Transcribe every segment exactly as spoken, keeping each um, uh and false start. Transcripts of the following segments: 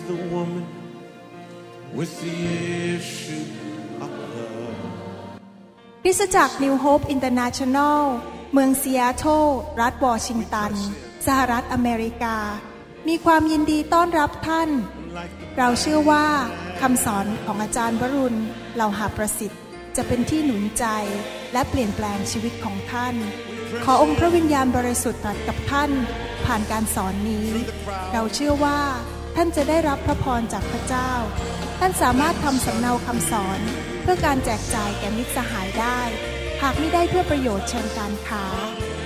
the woman with the issue of blood คริสตจักร New Hope International เมืองซีแอตเทิลรัฐวอชิงตันสหรัฐอเมริกามีความยินดีต้อนรับท่านเราเชื่อว่าคำสอนของอาจารย์วรุณเหล่าหาประสิทธิ์จะเป็นที่หนุนใจและเปลี่ยนแปลงชีวิตของท่านขอองค์พระวิญญาณบริสุทธิ์ตรัสกับท่านผ่านการสอนนี้เราเชื่อว่าท่านจะได้รับพระพรจากพระเจ้าท่านสามารถทำสำเนาคำสอนเพื่อการแจกจ่ายแก่มิตรสหายได้หากไม่ได้เพื่อประโยชน์เชิงการค้า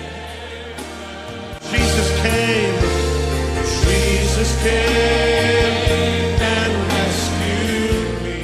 Jesus came Jesus came and rescued me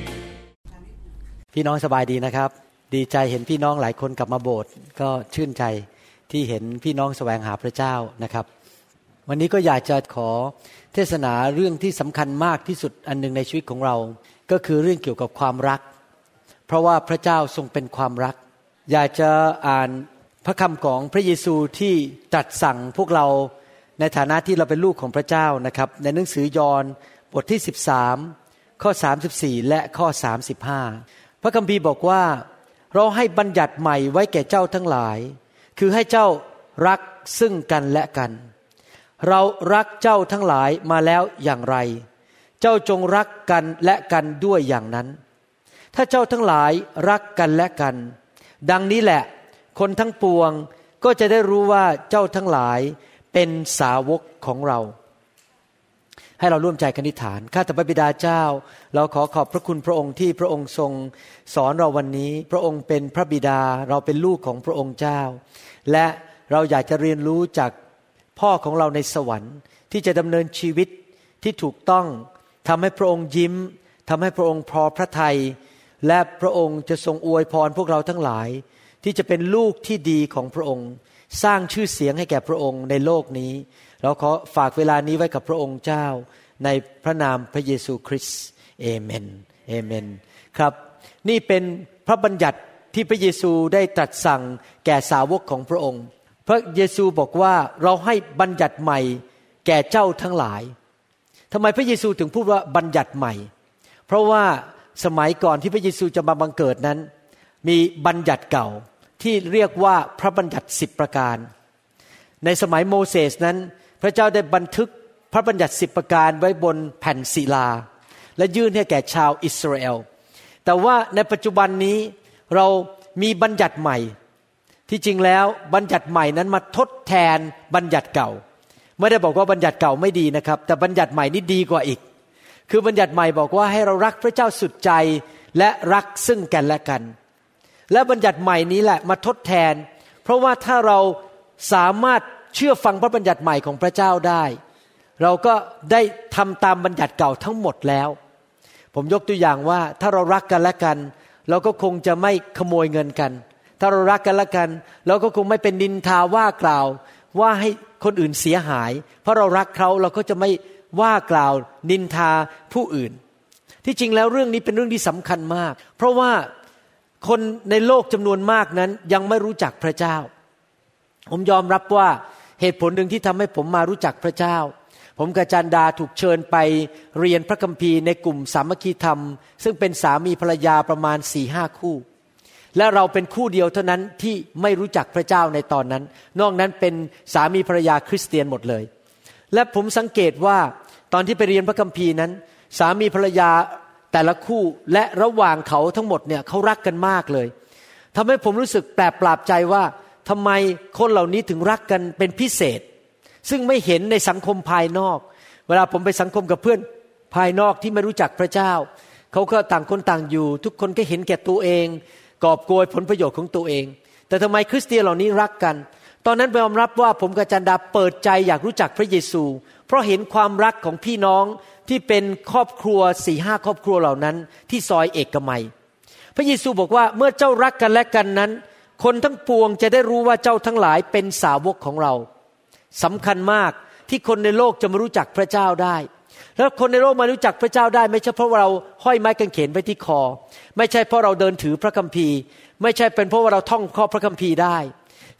พี่น้องสบายดีนะครับดีใจเห็นพี่น้องหลายคนกลับมาโบสถ์ก็ชื่นใจที่เห็นพี่น้องแสวงหาพระเจ้านะครับวันนี้ก็อยากจะขอเทศนาเรื่องที่สำคัญมากที่สุดอันนึงในชีวิตของเราก็คือเรื่องเกี่ยวกับความรักเพราะว่าพระเจ้าทรงเป็นความรักอยากจะอ่านพระคำของพระเยซูที่ตรัสสั่งพวกเราในฐานะที่เราเป็นลูกของพระเจ้านะครับในหนังสือยอห์นบทที่สิบสามข้อสามสิบสี่และข้อสามสิบห้าพระคัมภีร์บอกว่าเราให้บัญญัติใหม่ไว้แก่เจ้าทั้งหลายคือให้เจ้ารักซึ่งกันและกันเรารักเจ้าทั้งหลายมาแล้วอย่างไรเจ้าจงรักกันและกันด้วยอย่างนั้นถ้าเจ้าทั้งหลายรักกันและกันดังนี้แหละคนทั้งปวงก็จะได้รู้ว่าเจ้าทั้งหลายเป็นสาวกของเราให้เราร่วมใจกันอธิษฐานข้าแต่พระบิดาเจ้าเราขอขอบพระคุณพระองค์ที่พระองค์ทรงสอนเราวันนี้พระองค์เป็นพระบิดาเราเป็นลูกของพระองค์เจ้าและเราอยากจะเรียนรู้จากพ่อของเราในสวรรค์ที่จะดำเนินชีวิตที่ถูกต้องทำให้พระองค์ยิ้มทำให้พระองค์พอพระทัยและพระองค์จะทรงอวยพรพวกเราทั้งหลายที่จะเป็นลูกที่ดีของพระองค์สร้างชื่อเสียงให้แก่พระองค์ในโลกนี้เราขอฝากเวลานี้ไว้กับพระองค์เจ้าในพระนามพระเยซูคริสต์เอเมนเอเมนครับนี่เป็นพระบัญญัติที่พระเยซูได้ตรัสสั่งแก่สาวกของพระองค์พระเยซูบอกว่าเราให้บัญญัติใหม่แก่เจ้าทั้งหลายทำไมพระเยซูถึงพูดว่าบัญญัติใหม่เพราะว่าสมัยก่อนที่พระเยซูจะมาบังเกิดนั้นมีบัญญัติเก่าที่เรียกว่าพระบัญญัติสิบประการในสมัยโมเสสนั้นพระเจ้าได้บันทึกพระบัญญัติสิบประการไว้บนแผ่นศิลาและยื่นให้แก่ชาวอิสราเอลแต่ว่าในปัจจุบันนี้เรามีบัญญัติใหม่ที่จริงแล้วบัญญัติใหม่นั้นมาทดแทนบัญญัติเก่าไม่ได้บอกว่าบัญญัติเก่าไม่ดีนะครับแต่บัญญัติใหม่นี่ดีกว่าอีกคือบัญญัติใหม่บอกว่าให้เรารักพระเจ้าสุดใจและรักซึ่งกันและกันและบัญญัติใหม่นี้แหละมาทดแทนเพราะว่าถ้าเราสามารถเชื่อฟังพระบัญญัติใหม่ของพระเจ้าได้เราก็ได้ทำตามบัญญัติเก่าทั้งหมดแล้วผมยกตัวอย่างว่าถ้าเรารักกันและกันเราก็คงจะไม่ขโมยเงินกันถ้าเรารักกันและกันเราก็คงไม่เป็นนินทาว่ากล่าวว่าให้คนอื่นเสียหายเพราะเรารักเขาเราก็จะไม่ว่ากล่าวนินทาผู้อื่นที่จริงแล้วเรื่องนี้เป็นเรื่องที่สำคัญมากเพราะว่าคนในโลกจำนวนมากนั้นยังไม่รู้จักพระเจ้าผมยอมรับว่าเหตุผลหนึ่งที่ทำให้ผมมารู้จักพระเจ้าผมกับจันดาถูกเชิญไปเรียนพระคัมภีร์ในกลุ่มสามัคคีธรรมซึ่งเป็นสามีภรรยาประมาณ สี่ห้า คู่และเราเป็นคู่เดียวเท่านั้นที่ไม่รู้จักพระเจ้าในตอนนั้นนอกนั้นเป็นสามีภรรยาคริสเตียนหมดเลยและผมสังเกตว่าตอนที่ไปเรียนพระคัมภีร์นั้นสามีภรรยาแต่ละคู่และระหว่างเขาทั้งหมดเนี่ยเขารักกันมากเลยทำให้ผมรู้สึกแปลกประหลาดใจว่าทำไมคนเหล่านี้ถึงรักกันเป็นพิเศษซึ่งไม่เห็นในสังคมภายนอกเวลาผมไปสังคมกับเพื่อนภายนอกที่ไม่รู้จักพระเจ้าเขาก็ต่างคนต่างอยู่ทุกคนก็เห็นแก่ตัวเองกอบโกยผลประโยชน์ของตัวเองแต่ทำไมคริสเตียนเหล่านี้รักกันตอนนั้นยอมรับว่าผมกับจันดาเปิดใจอยากรู้จักพระเยซูเพราะเห็นความรักของพี่น้องที่เป็นครอบครัว สี่ห้า ครอบครัวเหล่านั้นที่ซอยเอกมัยพระเยซูบอกว่าเมื่อเจ้ารักกันและกันนั้นคนทั้งปวงจะได้รู้ว่าเจ้าทั้งหลายเป็นสาวกของเราสำคัญมากที่คนในโลกจะมารู้จักพระเจ้าได้แล้วคนในโลกมารู้จักพระเจ้าได้ไม่ใช่เพราะว่าเราห้อยไม้กางเขนไว้ที่คอไม่ใช่เพราะเราเดินถือพระคัมภีร์ไม่ใช่เป็นเพราะว่าเราท่องข้อพระคัมภีร์ได้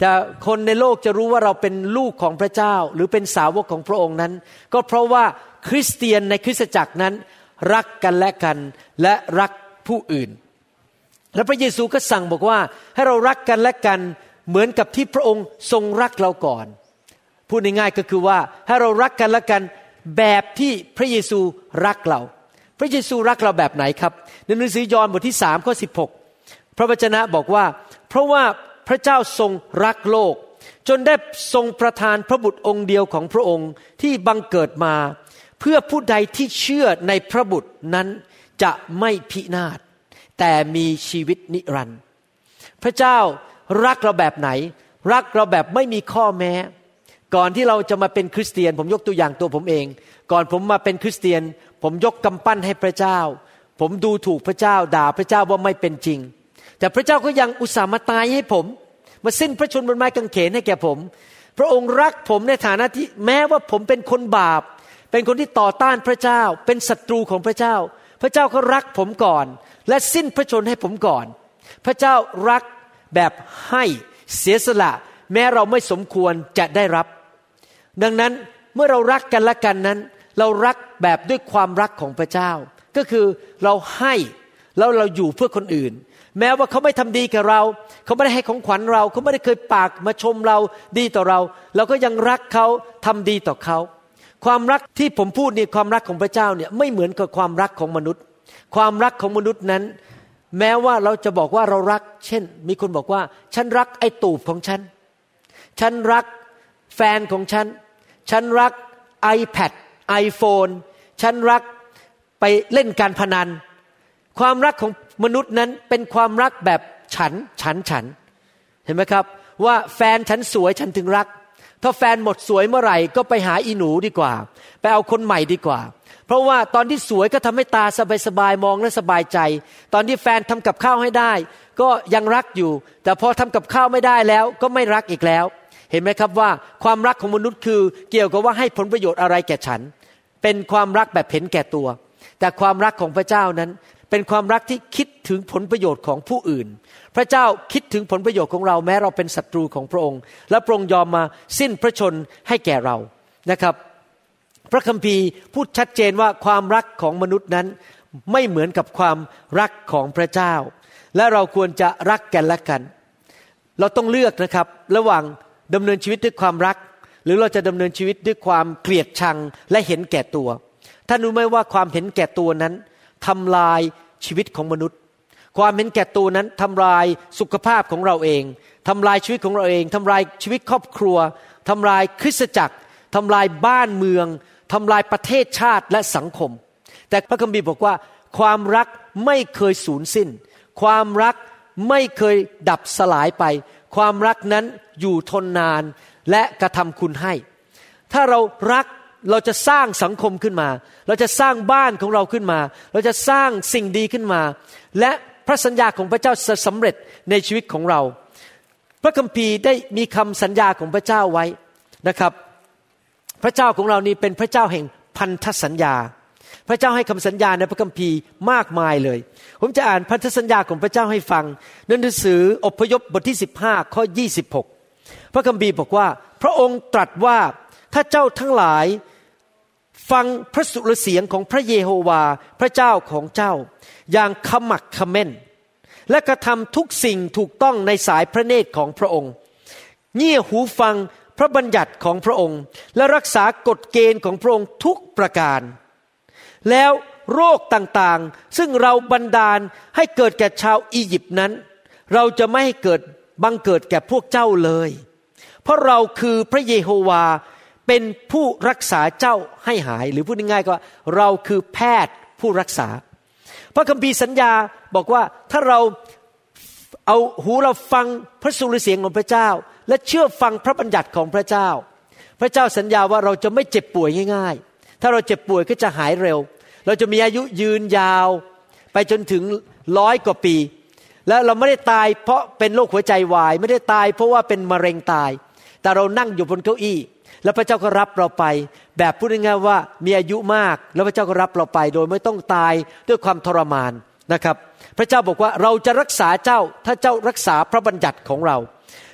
แต่คนในโลกจะรู้ว่าเราเป็นลูกของพระเจ้าหรือเป็นสาวกของพระองค์นั้นก็เพราะว่าคริสเตียนในคริสตจักรนั้นรักกันและกันและรักผู้อื่นและพระเยซูก็สั่งบอกว่าให้เรารักกันและกันเหมือนกับที่พระองค์ทรงรักเราก่อนพูดง่ายๆก็คือว่าให้เรารักกันและกันแบบที่พระเยซูรักเราพระเยซูรักเราแบบไหนครับในหนังสือยอห์นบทที่สามข้อสิบหกพระวจนะบอกว่าเพราะว่าพระเจ้าทรงรักโลกจนได้ทรงประทานพระบุตรองค์เดียวของพระองค์ที่บังเกิดมาเพื่อผู้ใดที่เชื่อในพระบุตรนั้นจะไม่พินาศแต่มีชีวิตนิรันดร์พระเจ้ารักเราแบบไหนรักเราแบบไม่มีข้อแม้ก่อนที่เราจะมาเป็นคริสเตียนผมยกตัวอย่างตัวผมเองก่อนผมมาเป็นคริสเตียนผมยกกำปั้นให้พระเจ้าผมดูถูกพระเจ้าด่าพระเจ้าว่าไม่เป็นจริงแต่พระเจ้าก็ยังอุตส่าห์มาตายให้ผมมาสิ้นพระชนม์บนไม้กางเขนให้แก่ผมพระองค์รักผมในฐานะที่แม้ว่าผมเป็นคนบาปเป็นคนที่ต่อต้านพระเจ้าเป็นศัตรูของพระเจ้าพระเจ้าก็รักผมก่อนและสิ้นพระชนม์ให้ผมก่อนพระเจ้ารักแบบให้เสียสละแม้เราไม่สมควรจะได้รับดังนั้นเมื่อเรารักกันและกันนั้นเรารักแบบด้วยความรักของพระเจ้าก็คือเราให้แล้วเราอยู่เพื่อคนอื่นแม้ว่าเขาไม่ทำดีกับเราเขาไม่ได้ให้ของขวัญเราเขาไม่ได้เคยปากมาชมเราดีต่อเราเราก็ยังรักเขาทำดีต่อเขาความรักที่ผมพูดนี่ความรักของพระเจ้าเนี่ยไม่เหมือนกับความรักของมนุษย์ความรักของมนุษย์นั้นแม้ว่าเราจะบอกว่าเรารักเช่นมีคนบอกว่าฉันรักไอ้ตูบของฉันฉันรักแฟนของฉันฉันรัก iPad iPhone ฉันรักไปเล่นการพนันความรักของมนุษย์นั้นเป็นความรักแบบฉันฉันฉันเห็นไหมครับว่าแฟนฉันสวยฉันถึงรักถ้าแฟนหมดสวยเมื่อไหร่ก็ไปหาอีหนูดีกว่าไปเอาคนใหม่ดีกว่าเพราะว่าตอนที่สวยก็ทำให้ตาสบายๆมองและสบายใจตอนที่แฟนทำกับข้าวให้ได้ก็ยังรักอยู่แต่พอทำกับข้าวไม่ได้แล้วก็ไม่รักอีกแล้วเห็นไหมครับว่าความรักของมนุษย์คือเกี่ยวกับว่าให้ผลประโยชน์อะไรแก่ฉันเป็นความรักแบบเห็นแก่ตัวแต่ความรักของพระเจ้านั้นเป็นความรักที่คิดถึงผลประโยชน์ของผู้อื่นพระเจ้าคิดถึงผลประโยชน์ของเราแม้เราเป็นศัตรูของพระองค์และพระองค์ยอมมาสิ้นพระชนให้แก่เรานะครับพระคัมภีร์พูดชัดเจนว่าความรักของมนุษย์นั้นไม่เหมือนกับความรักของพระเจ้าและเราควรจะรักกันและกันเราต้องเลือกนะครับระหว่างดำเนินชีวิตด้วยความรักหรือเราจะดำเนินชีวิตด้วยความเกลียดชังและเห็นแก่ตัวท่านรู้ไหมว่าความเห็นแก่ตัวนั้นทำลายชีวิตของมนุษย์ความเห็นแก่ตัวนั้นทำลายสุขภาพของเราเองทำลายชีวิตของเราเองทำลายชีวิตครอบครัวทำลายคริสตจักรทำลายบ้านเมืองทำลายประเทศชาติและสังคมแต่พระคัมภีร์บอกว่าความรักไม่เคยสูญสิ้นความรักไม่เคยดับสลายไปความรักนั้นอยู่ทนนานและกระทำคุณให้ถ้าเรารักเราจะสร้างสังคมขึ้นมาเราจะสร้างบ้านของเราขึ้นมาเราจะสร้างสิ่งดีขึ้นมาและพระสัญญาของพระเจ้าจะสำเร็จในชีวิตของเราพระคัมภีร์ได้มีคำสัญญาของพระเจ้าไว้นะครับพระเจ้าของเรานี่เป็นพระเจ้าแห่งพันธสัญญาพระเจ้าให้คำสัญญาในพระคัมภีร์มากมายเลยผมจะอ่านพันธสัญญาของพระเจ้าให้ฟังในหนังสืออพยพบทที่สิบห้าข้อยี่สิบหกพระคัมภีร์บอกว่าพระองค์ตรัสว่าถ้าเจ้าทั้งหลายฟังพระสุรเสียงของพระเยโฮวาพระเจ้าของเจ้าอย่างขมักเขม้นและกระทำทุกสิ่งถูกต้องในสายพระเนตรของพระองค์เงี่ยหูฟังพระบัญญัติของพระองค์และรักษากฎเกณฑ์ของพระองค์ทุกประการแล้วโรคต่างๆซึ่งเราบันดาลให้เกิดแก่ชาวอียิปต์นั้นเราจะไม่ให้เกิดบังเกิดแก่พวกเจ้าเลยเพราะเราคือพระเยโฮวาเป็นผู้รักษาเจ้าให้หายหรือพูดง่ายๆก็เราคือแพทย์ผู้รักษาพระคัมภีร์สัญญาบอกว่าถ้าเราเอาหูเราฟังพระสุรเสียงของพระเจ้าและเชื่อฟังพระบัญญัติของพระเจ้าพระเจ้าสัญญาว่าเราจะไม่เจ็บป่วยง่ายๆถ้าเราเจ็บป่วยก็จะหายเร็วเราจะมีอายุยืนยาวไปจนถึงร้อยกว่าปีและเราไม่ได้ตายเพราะเป็นโรคหัวใจวายไม่ได้ตายเพราะว่าเป็นมะเร็งตายแต่เรานั่งอยู่บนเก้าอี้แล้วพระเจ้าก็รับเราไปแบบพูดง่ายๆว่ามีอายุมากแล้วพระเจ้าก็รับเราไปโดยไม่ต้องตายด้วยความทรมานนะครับพระเจ้าบอกว่าเราจะรักษาเจ้าถ้าเจ้ารักษาพระบัญญัติของเรา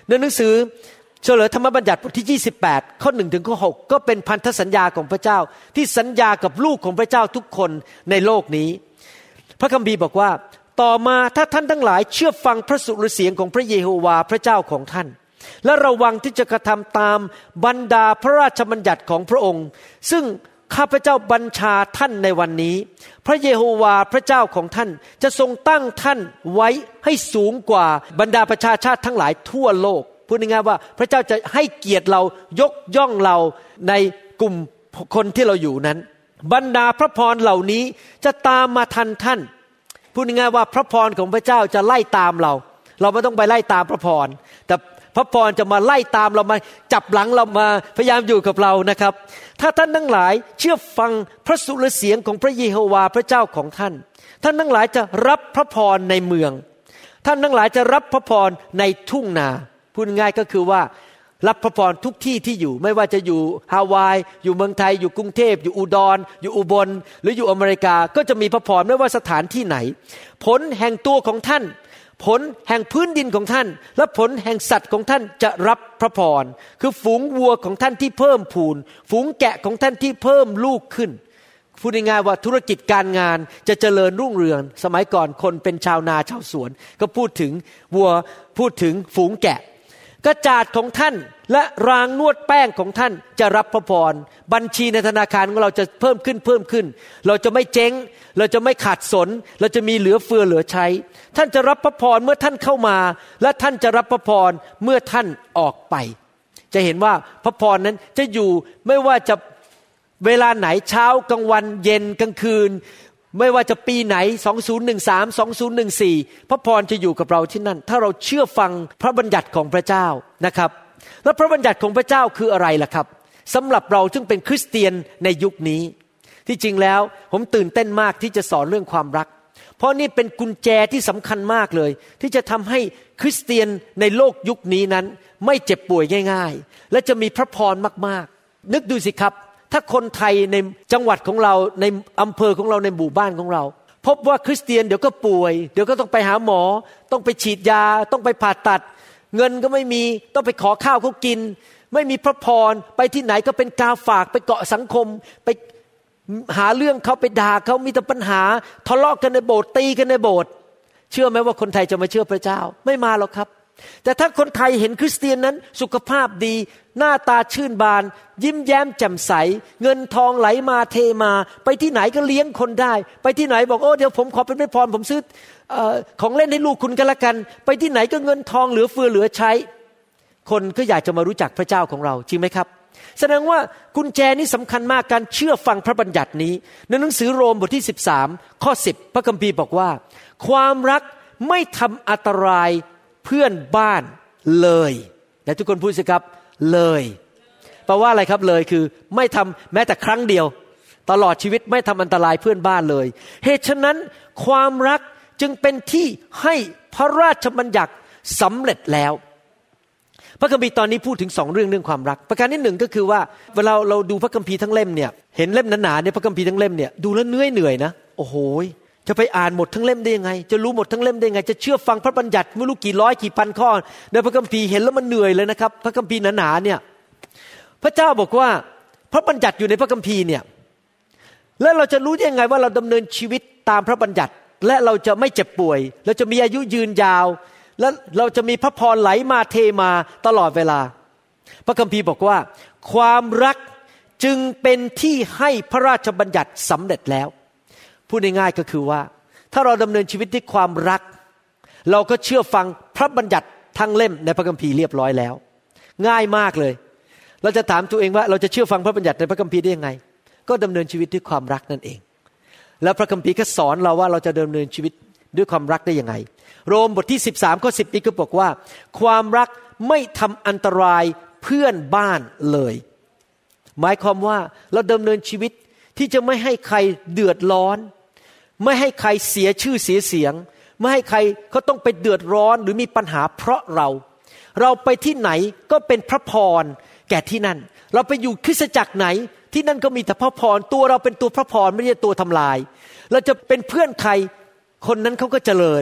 ในหนังสือเฉลยธรรมบัญญัติบทที่ยี่สิบแปดข้อหนึ่งถึงข้อหกก็เป็นพันธสัญญาของพระเจ้าที่สัญญากับลูกของพระเจ้าทุกคนในโลกนี้พระคัมภีร์บอกว่าต่อมาถ้าท่านทั้งหลายเชื่อฟังพระสุรเสียงของพระเยโฮวาห์พระเจ้าของท่านและระวังที่จะกระทำตามบรรดาพระราชบัญญัติของพระองค์ซึ่งข้าพเจ้าบัญชาท่านในวันนี้พระเยโฮวาห์พระเจ้าของท่านจะทรงตั้งท่านไว้ให้สูงกว่าบรรดาประชาชาติทั้งหลายทั่วโลกพูดง่ายๆว่าพระเจ้าจะให้เกียรติเรายกย่องเราในกลุ่มคนที่เราอยู่นั้นบรรดาพระพรเหล่านี้จะตามมาทันท่านพูดง่ายๆว่าพระพรของพระเจ้าจะไล่ตามเราเราไม่ต้องไปไล่ตามพระพรแต่พระพรจะมาไล่ตามเรามาจับหลังเรามาพยายามอยู่กับเรานะครับถ้าท่านทั้งหลายเชื่อฟังพระสุรเสียงของพระเยโฮวาห์พระเจ้าของท่านท่านทั้งหลายจะรับพระพรในเมืองท่านทั้งหลายจะรับพระพรในทุ่งนาพูดง่ายก็คือว่ารับพระพรทุกที่ที่อยู่ไม่ว่าจะอยู่ฮาวายอยู่เมืองไทยอยู่กรุงเทพอยู่อุดรอยู่อุบลหรืออยู่อเมริกาก็จะมีพระพรไม่ว่าสถานที่ไหนผลแห่งตัวของท่านผลแห่งพื้นดินของท่านและผลแห่งสัตว์ของท่านจะรับพระพรคือฝูงวัวของท่านที่เพิ่มพูนฝูงแกะของท่านที่เพิ่มลูกขึ้นพูดง่ายๆว่าธุรกิจการงานจะเจริญรุ่งเรืองสมัยก่อนคนเป็นชาวนาชาวสวนก็พูดถึงวัวพูดถึงฝูงแกะกระจาดของท่านและรางนวดแป้งของท่านจะรับพระพรบัญชีในธนาคารของเราจะเพิ่มขึ้นเพิ่มขึ้นเราจะไม่เจ๊งเราจะไม่ขาดสนเราจะมีเหลือเฟือเหลือใช้ท่านจะรับพระพรเมื่อท่านเข้ามาและท่านจะรับพระพรเมื่อท่านออกไปจะเห็นว่าพระพรนั้นจะอยู่ไม่ว่าจะเวลาไหนเช้ากลางวันเย็นกลางคืนไม่ว่าจะปีไหนสองพันสิบสาม สองพันสิบสี่พระพรจะอยู่กับเราที่นั่นถ้าเราเชื่อฟังพระบัญญัติของพระเจ้านะครับแล้วพระบัญญัติของพระเจ้าคืออะไรล่ะครับสำหรับเราซึ่งเป็นคริสเตียนในยุคนี้ที่จริงแล้วผมตื่นเต้นมากที่จะสอนเรื่องความรักเพราะนี่เป็นกุญแจที่สำคัญมากเลยที่จะทำให้คริสเตียนในโลกยุคนี้นั้นไม่เจ็บป่วยง่ายๆและจะมีพระพรมากๆนึกดูสิครับถ้าคนไทยในจังหวัดของเราในอำเภอของเราในหมู่บ้านของเราพบว่าคริสเตียนเดี๋ยวก็ป่วยเดี๋ยวก็ต้องไปหาหมอต้องไปฉีดยาต้องไปผ่าตัดเงินก็ไม่มีต้องไปขอข้าวเขากินไม่มีพระพรไปที่ไหนก็เป็นกาฝากไปเกาะสังคมไปหาเรื่องเขาไปด่าเขามีแต่ปัญหาทะเลาะกันในโบสถ์ตีกันในโบสถ์เชื่อไหมว่าคนไทยจะมาเชื่อพระเจ้าไม่มาหรอกครับแต่ถ้าคนไทยเห็นคริสเตียนนั้นสุขภาพดีหน้าตาชื่นบานยิ้มแย้มแจ่มใสเงินทองไหลมาเทมาไปที่ไหนก็เลี้ยงคนได้ไปที่ไหนบอกโอ้เดี๋ยวผมขอเป็นพรผมซื้อเอ่อของเล่นให้ลูกคุณกันละกันไปที่ไหนก็เงินทองเหลือเฟือเหลือใช้คนก็อยากจะมารู้จักพระเจ้าของเราจริงไหมครับแสดงว่ากุญแจนี้สำคัญมากการเชื่อฟังพระบัญญัตินี้ในหนังสือโรมบทที่สิบสามข้อสิบพระคัมภีร์บอกว่าความรักไม่ทำอันตรายเพื่อนบ้านเลยและทุกคนพูดสิครับเลยแปลว่าอะไรครับเลยคือไม่ทำแม้แต่ครั้งเดียวตลอดชีวิตไม่ทำอันตรายเพื่อนบ้านเลยเหตุฉะนั้นความรักจึงเป็นที่ให้พระราชบัญญัติสำเร็จแล้วพระคัมภีร์ตอนนี้พูดถึงสองเรื่องเรื่องความรักประการที่หนึ่งก็คือว่าเวลาเราดูพระคัมภีร์ทั้งเล่มเนี่ยเห็นเล่มหนาๆเนี่ยพระคัมภีร์ทั้งเล่มเนี่ยดูแล้วเหนื่อยเหนื่อยนะโอ้โหจะไปอ่านหมดทั้งเล่มได้ยังไงจะรู้หมดทั้งเล่มได้ยังไงจะเชื่อฟังพระบัญญัติไม่รู้กี่ร้อยกี่พันข้อในพระคัมภีร์เห็นแล้วมันเหนื่อยเลยนะครับพระคัมภีร์หนาๆเนี่ยพระเจ้าบอกว่าพระบัญญัติอยู่ในพระคัมภีร์เนี่ยแล้วเราจะรู้ได้ยังไงว่าเราดำเนินชีวิตตามพระบัญญัติและเราจะไม่เจ็บป่วยเราจะมีอายุยืนยาวและเราจะมีพระพรไหลมาเทมาตลอดเวลาพระคัมภีร์บอกว่าความรักจึงเป็นที่ให้พระราชบัญญัติสำเร็จแล้วพูดง่ายๆก็คือว่าถ้าเราดำเนินชีวิตด้วยความรักเราก็เชื่อฟังพระบัญญัติทั้งเล่มในพระคัมภีร์เรียบร้อยแล้วง่ายมากเลยเราจะถามตัวเองว่าเราจะเชื่อฟังพระบัญญัติในพระคัมภีร์ได้ยังไงก็ดำเนินชีวิตด้วยความรักนั่นเองแล้วพระคัมภีร์ก็สอนเราว่าเราจะดำเนินชีวิตด้วยความรักได้ยังไงโรมบทที่สิบสามข้อสิบนี้ก็บอกว่าความรักไม่ทำอันตรายเพื่อนบ้านเลยหมายความว่าเราดำเนินชีวิตที่จะไม่ให้ใครเดือดร้อนไม่ให้ใครเสียชื่อเสียเสียงไม่ให้ใครเขาต้องไปเดือดร้อนหรือมีปัญหาเพราะเราเราไปที่ไหนก็เป็นพระพรแก่ที่นั่นเราไปอยู่คริสตจักรไหนที่นั่นก็มีแต่พระพรตัวเราเป็นตัวพระพรไม่ใช่ตัวทำลายเราจะเป็นเพื่อนใครคนนั้นเขาก็เจริญ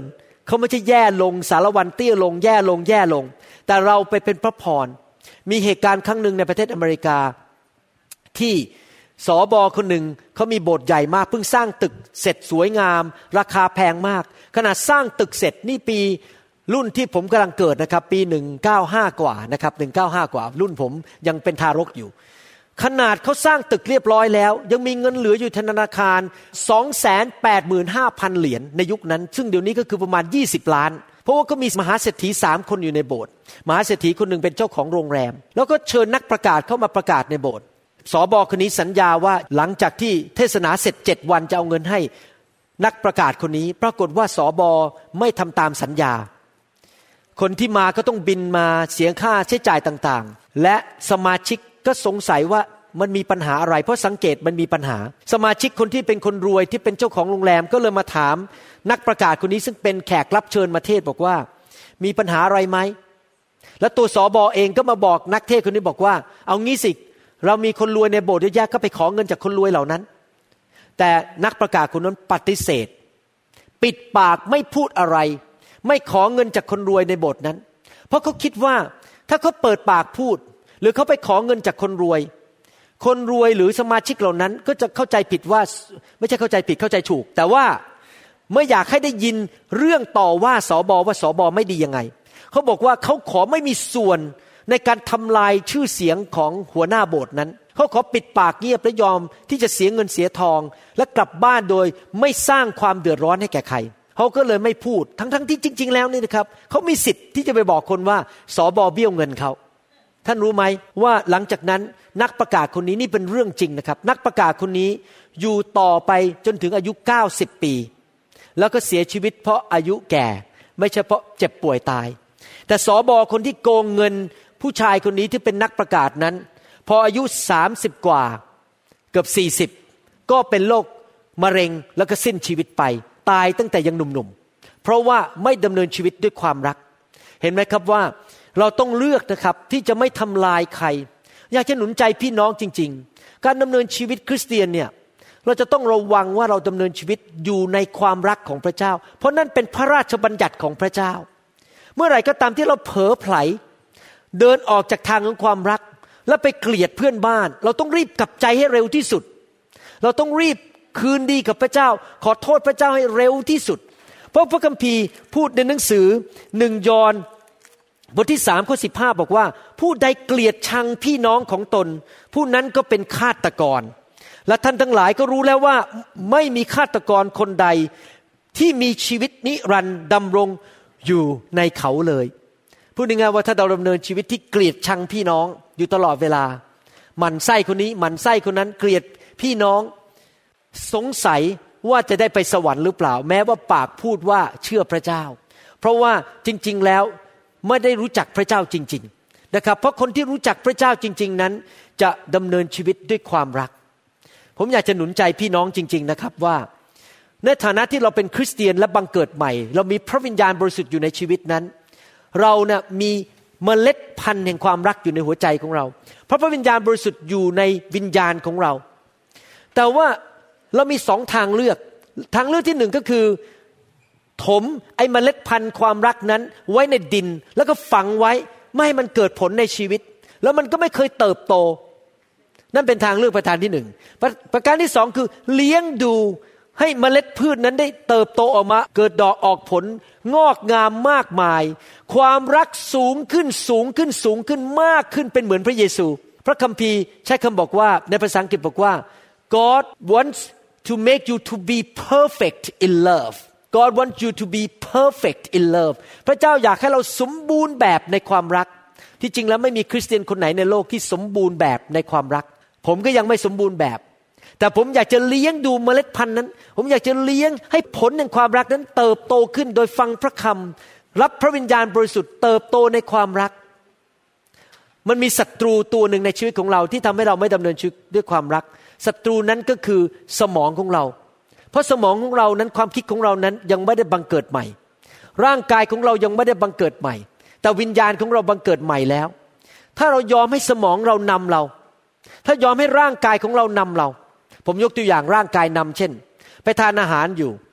เขาไม่ใช่แย่ลงสารวันเตี้ยลงแย่ลงแย่ลงแต่เราไปเป็นพระพรมีเหตุการณ์ครั้งหนึ่งในประเทศอเมริกาที่สบคนหนึ่งเขามีโบสถ์ใหญ่มากเพิ่งสร้างตึกเสร็จสวยงามราคาแพงมากขนาดสร้างตึกเสร็จนี่ปีรุ่นที่ผมกำลังเกิดนะครับปีหนึ่งเก้าห้ากว่านะครับหนึ่งเก้าห้ากว่ารุ่นผมยังเป็นทารกอยู่ขนาดเขาสร้างตึกเรียบร้อยแล้วยังมีเงินเหลืออยู่ธนาคาร สองแสนแปดหมื่นห้าพัน เหรียญในยุคนั้นซึ่งเดี๋ยวนี้ก็คือประมาณยี่สิบล้านเพราะว่าก็มีมหาเศรษฐีสามคนอยู่ในโบสถ์มหาเศรษฐีคนหนึ่งเป็นเจ้าของโรงแรมแล้วก็เชิญนักประกาศเข้ามาประกาศในโบสถ์สบคนนี้สัญญาว่าหลังจากที่เทศนาเสร็จเจ็ดวันจะเอาเงินให้นักประกาศคนนี้ปรากฏว่าสบไม่ทำตามสัญญาคนที่มาก็ต้องบินมาเสียค่าใช้จ่ายต่างๆและสมาชิกก็สงสัยว่ามันมีปัญหาอะไรเพราะสังเกตมันมีปัญหาสมาชิกคนที่เป็นคนรวยที่เป็นเจ้าของโรงแรมก็เลยมาถามนักประกาศคนนี้ซึ่งเป็นแขกรับเชิญมาเทศบอกว่ามีปัญหาอะไรไหมแล้วตัวสบเองก็มาบอกนักเทศคนนี้บอกว่าเอางี้สิเรามีคนรวยในโบสถ์เยอะแยะก็ไปขอเงินจากคนรวยเหล่านั้นแต่นักประกาศคนนั้นปฏิเสธปิดปากไม่พูดอะไรไม่ขอเงินจากคนรวยในโบสถ์นั้นเพราะเขาคิดว่าถ้าเขาเปิดปากพูดหรือเขาไปขอเงินจากคนรวยคนรวยหรือสมาชิกเหล่านั้นก็จะเข้าใจผิดว่าไม่ใช่เข้าใจผิดเข้าใจถูกแต่ว่าไม่อยากให้ได้ยินเรื่องต่อว่าสบว่าสบไม่ดียังไงเขาบอกว่าเขาขอไม่มีส่วนในการทำลายชื่อเสียงของหัวหน้าโบสถ์นั้นเขาขอปิดปากเงียบและยอมที่จะเสียเงินเสียทองและกลับบ้านโดยไม่สร้างความเดือดร้อนให้แก่ใครเขาก็เลยไม่พูดทั้งๆที่จริงๆแล้วนี่นะครับเขามีสิทธิ์ที่จะไปบอกคนว่าสบเบี้ยวเงินเขาท่านรู้ไหมว่าหลังจากนั้นนักประกาศคนนี้นี่เป็นเรื่องจริงนะครับนักประกาศคนนี้อยู่ต่อไปจนถึงอายุเก้าสิบปีแล้วก็เสียชีวิตเพราะอายุแก่ไม่ใช่เพราะเจ็บป่วยตายแต่สบคนที่โกงเงินผู้ชายคนนี้ที่เป็นนักประกาศนั้นพออายุสามสิบกว่าเกือบสี่สิบก็เป็นโรคมะเร็งแล้วก็สิ้นชีวิตไปตายตั้งแต่ยังหนุ่มๆเพราะว่าไม่ดำเนินชีวิตด้วยความรักเห็นไหมครับว่าเราต้องเลือกนะครับที่จะไม่ทำลายใครอยากจะหนุนใจพี่น้องจริงๆการดำเนินชีวิตคริสเตียนเนี่ยเราจะต้องระวังว่าเราดำเนินชีวิตอยู่ในความรักของพระเจ้าเพราะนั่นเป็นพระราชบัญญัติของพระเจ้าเมื่อไหร่ก็ตามที่เราเผลอไผลเดินออกจากทางของความรักแล้วไปเกลียดเพื่อนบ้านเราต้องรีบกลับใจให้เร็วที่สุดเราต้องรีบคืนดีกับพระเจ้าขอโทษพระเจ้าให้เร็วที่สุดเพราะพระคัมภีร์พูดในหนังสือหนึ่งยอห์นบทที่สามข้อสิบห้าบอกว่าผู้ใดเกลียดชังพี่น้องของตนผู้นั้นก็เป็นฆาตกรและท่านทั้งหลายก็รู้แล้วว่าไม่มีฆาตกรคนใดที่มีชีวิตนิรันดร์ดำรงอยู่ในเขาเลยพูดง่ายๆว่าถ้าเราดำเนินชีวิตที่เกลียดชังพี่น้องอยู่ตลอดเวลาหมั่นไส้คนนี้หมั่นไส้คนนั้นเกลียดพี่น้องสงสัยว่าจะได้ไปสวรรค์หรือเปล่าแม้ว่าปากพูดว่าเชื่อพระเจ้าเพราะว่าจริงๆแล้วไม่ได้รู้จักพระเจ้าจริงๆนะครับเพราะคนที่รู้จักพระเจ้าจริงๆนั้นจะดำเนินชีวิตด้วยความรักผมอยากจะหนุนใจพี่น้องจริงๆนะครับว่าในฐานะที่เราเป็นคริสเตียนและบังเกิดใหม่เรามีพระวิญญาณบริสุทธิ์อยู่ในชีวิตนั้นเราเนี่ยมีเมล็ดพันธุ์แห่งความรักอยู่ในหัวใจของเราเพราะพระวิญญาณบริสุทธิ์อยู่ในวิญญาณของเราแต่ว่าเรามีสองทางเลือกทางเลือกที่หนึ่งก็คือถมไอ้เมล็ดพันธุ์ความรักนั้นไว้ในดินแล้วก็ฝังไว้ไม่ให้มันเกิดผลในชีวิตแล้วมันก็ไม่เคยเติบโตนั่นเป็นทางเลือกประการที่หนึ่งประการที่สองคือเลี้ยงดูให้เมล็ดพืชนั้นได้เติบโตออกมาเกิดดอกออกผลงอกงามมากมายความรักสูงขึ้นสูงขึ้นสูงขึ้นมากขึ้นเป็นเหมือนพระเยซูพระคัมภีร์ใช้คำบอกว่าในภาษาอังกฤษบอกว่า God wants to make you to be perfect in love God wants you to be perfect in love พระเจ้าอยากให้เราสมบูรณ์แบบในความรักที่จริงแล้วไม่มีคริสเตียนคนไหนในโลกที่สมบูรณ์แบบในความรักผมก็ยังไม่สมบูรณ์แบบแต่ผมอยากจะเลี้ยงดูเมล็ดพันธุ์นั้นผมอยากจะเลี้ยงให้ผลแห่งความรักนั้นเติบโตขึ้นโดยฟังพระคำรับพระวิญญาณบริสุทธิ์เติบโตในความรักมันมีศัตรูตัวหนึ่งในชีวิตของเราที่ทำให้เราไม่ดำเนินชีวิตด้วยความรักศัตรูนั้นก็คือสมองของเราเพราะสมองของเรานั้นความคิดของเรานั้นยังไม่ได้บังเกิดใหม่ร่างกายของเรายังไม่ได้บังเกิดใหม่แต่วิญญาณของเราบังเกิดใหม่แล้วถ้าเรายอมให้สมองเรานำเราถ้ายอมให้ร่างกายของเรานำเราผมยกตัวอย่างร่างกายนำเช่นไปทานอาหารอยู่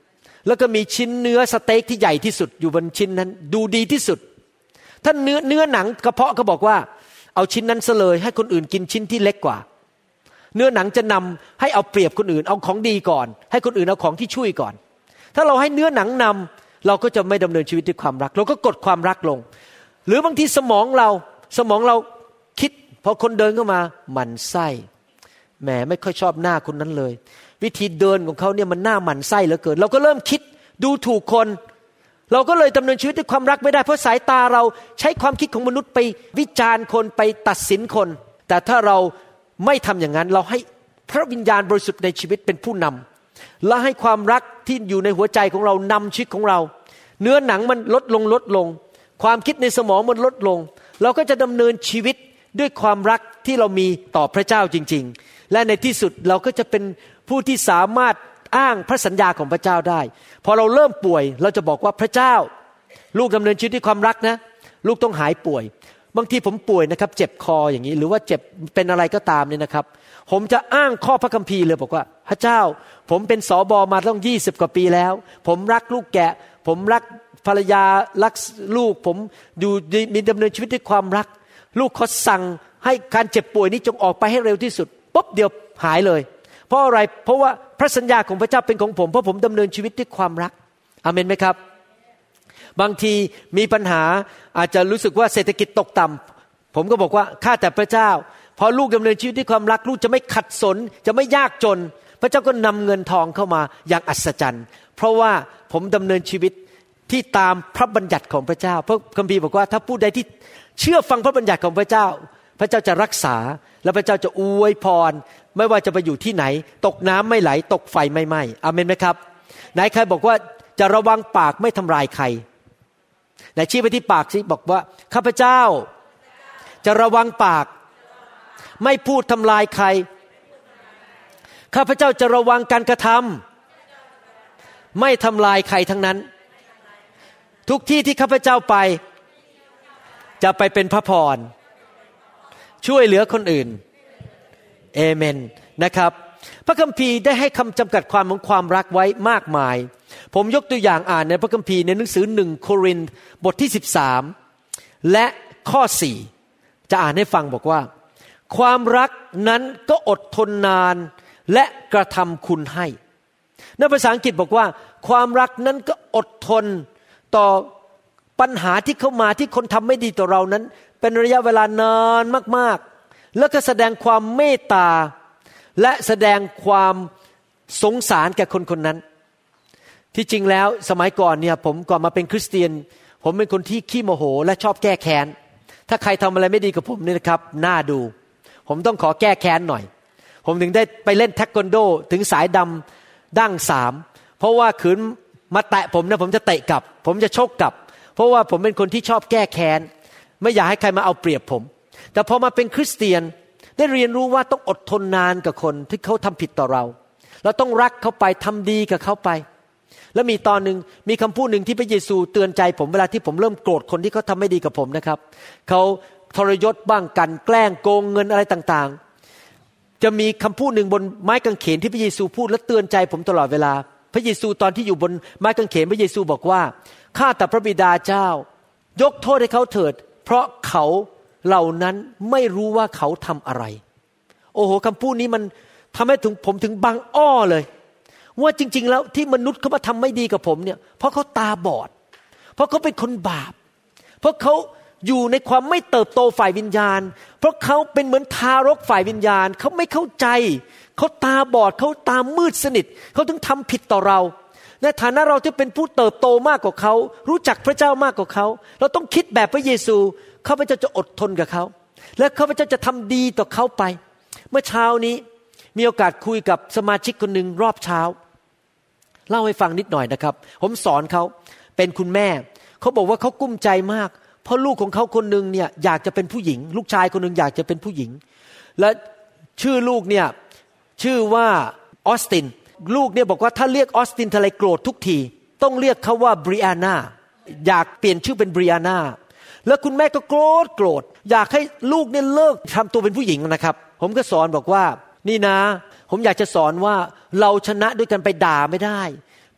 แล้วก็มีชิ้นเนื้อสเต็กที่ใหญ่ที่สุดอยู่บนชิ้นนั้นดูดีที่สุดถ้าเนื้อเนื้อหนังกระเพาะก็บอกว่าเอาชิ้นนั้นซะเลยให้คนอื่นกินชิ้นที่เล็กกว่าเนื้อหนังจะนำให้เอาเปรียบคนอื่นเอาของดีก่อนให้คนอื่นเอาของที่ช่วยก่อนถ้าเราให้เนื้อหนังนำเราก็จะไม่ดำเนินชีวิตด้วยความรักเราก็กดความรักลงหรือบางทีสมองเราสมองเราคิดพอคนเดินเข้ามาหมั่นไส้แหมไม่ค่อยชอบหน้าคนนั้นเลยวิธีเดินของเขาเนี่ยมันหน้าหมั่นไส้เหลือเกินเราก็เริ่มคิดดูถูกคนเราก็เลยดำเนินชีวิตด้วยความรักไม่ได้เพราะสายตาเราใช้ความคิดของมนุษย์ไปวิจารณ์คนไปตัดสินคนแต่ถ้าเราไม่ทำอย่างนั้นเราให้พระวิญญาณบริสุทธิ์ในชีวิตเป็นผู้นำและให้ความรักที่อยู่ในหัวใจของเรานำชีวิตของเราเนื้อหนังมันลดลงลดลงความคิดในสมองมันลดลงเราก็จะดำเนินชีวิตด้วยความรักที่เรามีต่อพระเจ้าจริงๆและในที่สุดเราก็จะเป็นผู้ที่สามารถอ้างพระสัญญาของพระเจ้าได้พอเราเริ่มป่วยเราจะบอกว่าพระเจ้าลูกดำเนินชีวิตด้วยความรักนะลูกต้องหายป่วยบางทีผมป่วยนะครับเจ็บคออย่างนี้หรือว่าเจ็บเป็นอะไรก็ตามเนี่ยนะครับผมจะอ้างข้อพระคัมภีร์เลยบอกว่าพระเจ้าผมเป็นสบมาต้องยี่สิบกว่าปีแล้วผมรักลูกแกะผมรักภรรยารักลูกผมดูมีดำเนินชีวิตด้วยความรักลูกเขาสั่งให้การเจ็บป่วยนี้จงออกไปให้เร็วที่สุดปุ๊บเดียวหายเลยเพราะอะไรเพราะว่าพระสัญญาของพระเจ้าเป็นของผมเพราะผมดำเนินชีวิตด้วยความรักอาเมนไหมครับบางทีมีปัญหาอาจจะรู้สึกว่าเศรษฐกิจตกต่ำผมก็บอกว่าข้าแต่พระเจ้าพอลูกดำเนินชีวิตด้วยความรักลูกจะไม่ขัดสนจะไม่ยากจนพระเจ้าก็นำเงินทองเข้ามาอย่างอัศจรรย์เพราะว่าผมดำเนินชีวิตที่ตามพระบัญญัติของพระเจ้าพระคัมภีร์บอกว่าถ้าผู้ใดที่เชื่อฟังพระบัญญัติของพระเจ้าพระเจ้าจะรักษาและพระเจ้าจะอวยพรไม่ว่าจะไปอยู่ที่ไหนตกน้ำไม่ไหลตกไฟไม่ไหม้อาเมนไหมครับไหนใครบอกว่าจะระวังปากไม่ทำลายใครไหนชี้ไปที่ปากสิบอกว่าข้าพเจ้าจะระวังปากไม่พูดทำลายใครข้าพเจ้าจะระวังการกระทำไม่ทำลายใครทั้งนั้นทุกที่ที่ข้าพเจ้าไปจะไปเป็นพระพรช่วยเหลือคนอื่นเอเมนนะครับพระคัมภีร์ได้ให้คำจำกัดความของความรักไว้มากมายผมยกตัวอย่างอ่านในพระคัมภีร์ในหนังสือหนึ่งโครินธ์บทที่สิบสามและข้อสี่จะอ่านให้ฟังบอกว่าความรักนั้นก็อดทนนานและกระทำคุณให้ในภาษาอังกฤษบอกว่าความรักนั้นก็อดทนต่อปัญหาที่เข้ามาที่คนทำไม่ดีต่อเรานั้นเป็นระยะเวลานานมากๆแล้วก็แสดงความเมตตาและแสดงความสงสารแก่คนคนนั้นที่จริงแล้วสมัยก่อนเนี่ยผมก่อนมาเป็นคริสเตียนผมเป็นคนที่ขี้โมโหและชอบแก้แค้นถ้าใครทำอะไรไม่ดีกับผมนี่นะครับน่าดูผมต้องขอแก้แค้นหน่อยผมถึงได้ไปเล่นเทควันโดถึงสายดำดั้งสามเพราะว่าขืนมาแตะผมนะผมจะเตะกลับผมจะชกกลับเพราะว่าผมเป็นคนที่ชอบแก้แค้นไม่อยากให้ใครมาเอาเปรียบผมแต่พอมาเป็นคริสเตียนได้เรียนรู้ว่าต้องอดทนนานกับคนที่เขาทำผิดต่อเราเราต้องรักเขาไปทำดีกับเขาไปแล้วมีตอนหนึ่งมีคำพูดหนึ่งที่พระเยซูเตือนใจผมเวลาที่ผมเริ่มโกรธคนที่เขาทำไม่ดีกับผมนะครับเขาทรยศบ้างกันแกล้งโกงเงินอะไรต่างๆจะมีคำพูดหนึ่งบนไม้กางเขนที่พระเยซูพูดและเตือนใจผมตลอดเวลาพระเยซูตอนที่อยู่บนไม้กางเขนพระเยซูบอกว่าข้าแต่พระบิดาเจ้ายกโทษให้เขาเถิดเพราะเขาเหล่านั้นไม่รู้ว่าเขาทำอะไรโอ้โหคำพูดนี้มันทำให้ถึงผมถึงบางอ้อเลยว่าจริงๆแล้วที่มนุษย์เขามาทำไม่ดีกับผมเนี่ยเพราะเขาตาบอดเพราะเขาเป็นคนบาปเพราะเขาอยู่ในความไม่เติบโตฝ่ายวิญญาณเพราะเขาเป็นเหมือนทารกฝ่ายวิญญาณเขาไม่เข้าใจเขาตาบอดเขาตามืดสนิทเขาถึงทำผิดต่อเราในฐานะเราที่เป็นผู้เติบโตมากกว่าเขารู้จักพระเจ้ามากกว่าเขาเราต้องคิดแบบพระเยซูข้าพเจ้าจะอดทนกับเขาและข้าพเจ้าจะทำดีต่อเขาไปเมื่อเช้านี้มีโอกาสคุยกับสมาชิกคนหนึ่งรอบเช้าเล่าให้ฟังนิดหน่อยนะครับผมสอนเขาเป็นคุณแม่เขาบอกว่าเขากุ้มใจมากเพราะลูกของเขาคนนึงเนี่ยอยากจะเป็นผู้หญิงลูกชายคนนึงอยากจะเป็นผู้หญิงและชื่อลูกเนี่ยชื่อว่าออสตินลูกเนี่ยบอกว่าถ้าเรียกออสตินทีไรโกรธทุกทีต้องเรียกเขาว่าบริอาน่าอยากเปลี่ยนชื่อเป็นบริอาน่าแล้วคุณแม่ก็โกรธโกรธอยากให้ลูกเนี่ยเลิกทำตัวเป็นผู้หญิงนะครับผมก็สอนบอกว่านี่นะผมอยากจะสอนว่าเราชนะด้วยกันไปด่าไม่ได้ไป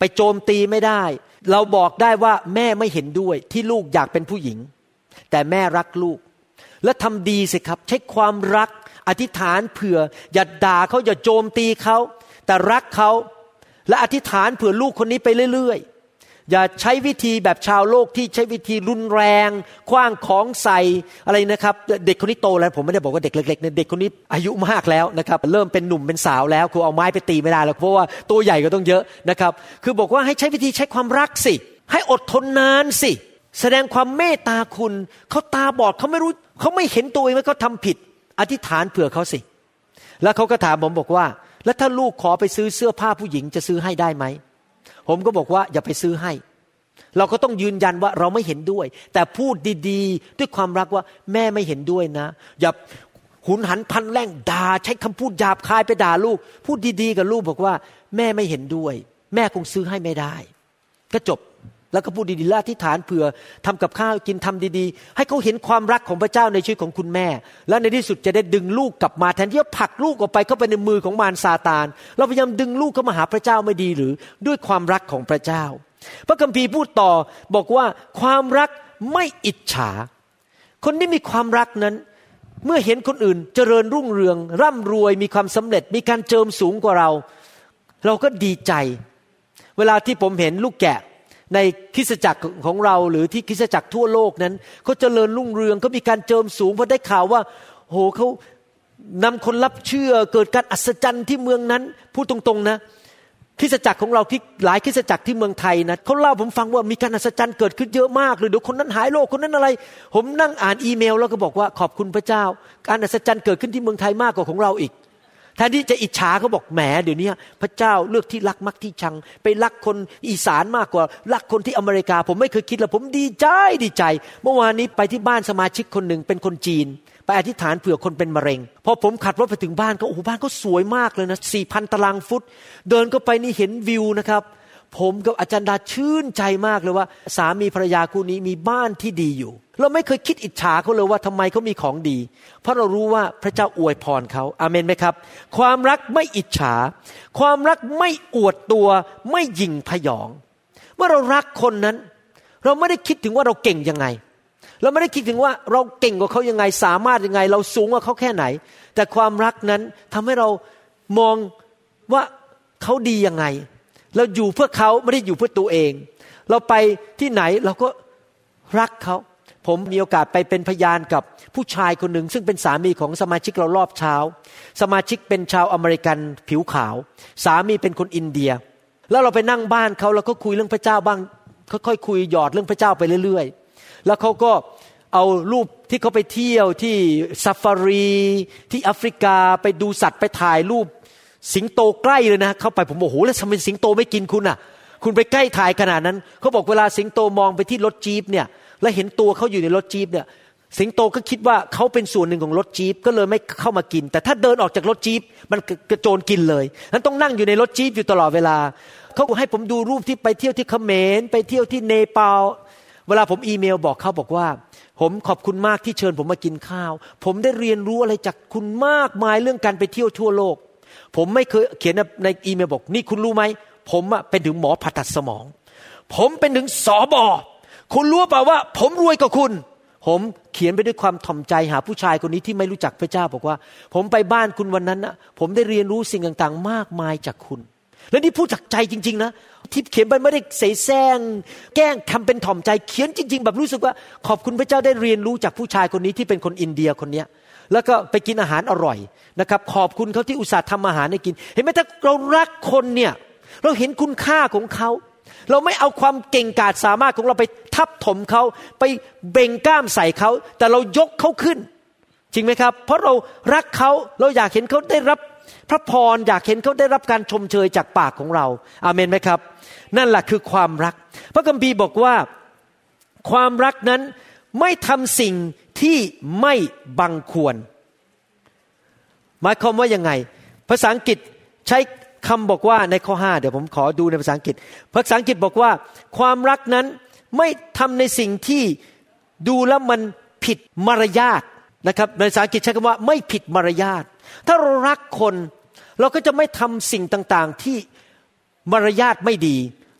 โจมตีไม่ได้เราบอกได้ว่าแม่ไม่เห็นด้วยที่ลูกอยากเป็นผู้หญิงแต่แม่รักลูกและทำดีสิครับใช้ความรักอธิษฐานเผื่ออย่าด่าเขาอย่าโจมตีเขาแต่รักเขาและอธิษฐานเผื่อลูกคนนี้ไปเรื่อยๆอย่าใช้วิธีแบบชาวโลกที่ใช้วิธีรุนแรงขว้างของใส่อะไรนะครับเด็กคนนี้โตแล้วผมไม่ได้บอกว่าเด็กเล็กๆนะเด็กคนนี้อายุมากแล้วนะครับเริ่มเป็นหนุ่มเป็นสาวแล้วครูเอาไม้ไปตีไม่ได้แล้วเพราะว่าตัวใหญ่ก็ต้องเยอะนะครับคือบอกว่าให้ใช้วิธีใช้ความรักสิให้อดทนนานสิแสดงความเมตตาคุณเขาตาบอดเขาไม่รู้เขาไม่เห็นตัวเองว่าเขาทำผิดอธิษฐานเผื่อเขาสิแล้วเขาก็ถามผมบอกว่าแล้วถ้าลูกขอไปซื้อเสื้อผ้าผู้หญิงจะซื้อให้ได้ไหมผมก็บอกว่าอย่าไปซื้อให้เราก็ต้องยืนยันว่าเราไม่เห็นด้วยแต่พูดดีๆด้วยความรักว่าแม่ไม่เห็นด้วยนะอย่าหุนหันพลันแล่งด่าใช้คำพูดหยาบคายไปด่าลูกพูดดีๆกับลูกบอกว่าแม่ไม่เห็นด้วยแม่คงซื้อให้ไม่ได้ก็จบแล้วก็พูดดีๆและอธิษฐานเผื่อทำกับข้าวกินทำดีๆให้เขาเห็นความรักของพระเจ้าในชีวิตของคุณแม่แล้วในที่สุดจะได้ดึงลูกกลับมาแทนที่จะผลักลูกออกไปเข้าไปในมือของมารซาตานเราพยายามดึงลูกเข้ามาหาพระเจ้าไม่ดีหรือด้วยความรักของพระเจ้าพระคัมภีร์พูดต่อบอกว่าความรักไม่อิจฉาคนที่มีความรักนั้นเมื่อเห็นคนอื่นเจริญรุ่งเรืองร่ำรวยมีความสำเร็จมีการเจิมสูงกว่าเราเราก็ดีใจเวลาที่ผมเห็นลูกแกะในคริสตจักรของเราหรือที่คริสตจักรทั่วโลกนั้นเขาเจริญรุ่งเรืองเขามีการเจิมสูงเพราะได้ข่าวว่าโหเขานำคนรับเชื่อเกิดการอัศจรรย์ที่เมืองนั้นพูดตรงๆนะคริสตจักรของเราที่หลายคริสตจักรที่เมืองไทยนะเขาเล่าผมฟังว่ามีการอัศจรรย์เกิดขึ้นเยอะมากเลยเดี๋ยวคนนั้นหายโรคคนนั้นอะไรผมนั่งอ่านอีเมลแล้วก็บอกว่าขอบคุณพระเจ้าการอัศจรรย์เกิดขึ้นที่เมืองไทยมากกว่าของเราอีกแทนที่จะอิจฉาเขาบอกแหมเดี๋ยวนี้พระเจ้าเลือกที่รักมักที่ชังไปรักคนอีสานมากกว่ารักคนที่อเมริกาผมไม่เคยคิดเลยผมดีใจดีใจเมื่อวานนี้ไปที่บ้านสมาชิกคนหนึ่งเป็นคนจีนไปอธิษฐานเผื่อคนเป็นมะเร็งพอผมขับรถไปถึงบ้านก็โอ้โหบ้านเขาสวยมากเลยนะ สี่พัน ตารางฟุตเดินเข้าไปนี่เห็นวิวนะครับผมกับอาจารย์ดาชื่นใจมากเลยว่าสามีภรรยาคู่นี้มีบ้านที่ดีอยู่เราไม่เคยคิดอิจฉาเขาเลยว่าทำไมเขามีของดีเพราะเรารู้ว่าพระเจ้าอวยพรเขาอาเมนไหมครับความรักไม่อิจฉาความรักไม่อวดตัวไม่หยิ่งพยองเมื่อเรารักคนนั้นเราไม่ได้คิดถึงว่าเราเก่งยังไงเราไม่ได้คิดถึงว่าเราเก่งกว่าเขายังไงสามารถยังไงเราสูงกว่าเขาแค่ไหนแต่ความรักนั้นทำให้เรามองว่าเขาดียังไงเราอยู่เพื่อเขาไม่ได้อยู่เพื่อตัวเองเราไปที่ไหนเราก็รักเขาผมมีโอกาสไปเป็นพยานกับผู้ชายคนหนึ่งซึ่งเป็นสามีของสมาชิกเรารอบเช้าสมาชิกเป็นชาวอเมริกันผิวขาวสามีเป็นคนอินเดียแล้วเราไปนั่งบ้านเขาแล้วก็คุยเรื่องพระเจ้าบ้างค่อยๆคุยหยอดเรื่องพระเจ้าไปเรื่อยๆแล้วเขาก็เอารูปที่เขาไปเที่ยวที่ซาฟารีที่แอฟริกาไปดูสัตว์ไปถ่ายรูปสิงโตใกล้เลยนะเข้าไปผมโอ้โหแล้วทำไมสิงโตไม่กินคุณอ่ะคุณไปใกล้ถ่ายขนาดนั้นเขาบอกเวลาสิงโตมองไปที่รถจี๊ปเนี่ยแล้วเห็นตัวเขาอยู่ในรถจี๊ปเนี่ยสิงโตก็คิดว่าเขาเป็นส่วนหนึ่งของรถจี๊ปก็เลยไม่เข้ามากินแต่ถ้าเดินออกจากรถจี๊ปมันกระโจนกินเลยนั้นต้องนั่งอยู่ในรถจี๊ปอยู่ตลอดเวลาเขาให้ผมดูรูปที่ไปเที่ยวที่เขมรไปเที่ยวที่เนปาลเวลาผมอีเมลบอกเขาบอกว่าผมขอบคุณมากที่เชิญผมมากินข้าวผมได้เรียนรู้อะไรจากคุณมากมายเรื่องการไปเที่ยวทั่วโลกผมไม่เคยเขียนในอีเมลบอกนี่คุณรู้ไหมผมอะเป็นถึงหมอผ่าตัดสมองผมเป็นถึงสบคุณรู้เปล่าว่าผมรวยกว่าคุณผมเขียนไปด้วยความถ่อมใจหาผู้ชายคนนี้ที่ไม่รู้จักพระเจ้าบอกว่าผมไปบ้านคุณวันนั้นนะผมได้เรียนรู้สิ่งต่างๆมากมายจากคุณและนี่พูดจากใจจริงๆนะที่เขียนไปไม่ได้เสแสร้งแกล้งทำเป็นถ่อมใจเขียนจริงๆแบบรู้สึกว่าขอบคุณพระเจ้าได้เรียนรู้จากผู้ชายคนนี้ที่เป็นคนอินเดียคนนี้แล้วก็ไปกินอาหารอร่อยนะครับขอบคุณเขาที่อุตส่าห์ทำอาหารให้กินเห็นไหมถ้าเรารักคนเนี่ยเราเห็นคุณค่าของเขาเราไม่เอาความเก่งกาจสามารถของเราไปทับถมเขาไปเบ่งกล้ามใส่เขาแต่เรายกเขาขึ้นจริงไหมครับเพราะเรารักเขาเราอยากเห็นเขาได้รับพระพรอยากเห็นเขาได้รับการชมเชยจากปากของเราอาเมนไหมครับนั่นแหละคือความรักพระคัมภีร์บอกว่าความรักนั้นไม่ทำสิ่งที่ไม่บังควรหมายความว่ายังไงภาษาอังกฤษใช้คำบอกว่าในข้อห้าเดี๋ยวผมขอดูในภาษาอังกฤษภาษาอังกฤษบอกว่าความรักนั้นไม่ทำในสิ่งที่ดูแล้วมันผิดมารยาทนะครับในภาษาอังกฤษใช้คำว่าไม่ผิดมารยาทถ้าเรารักคนเราก็จะไม่ทำสิ่งต่างๆที่มารยาทไม่ดี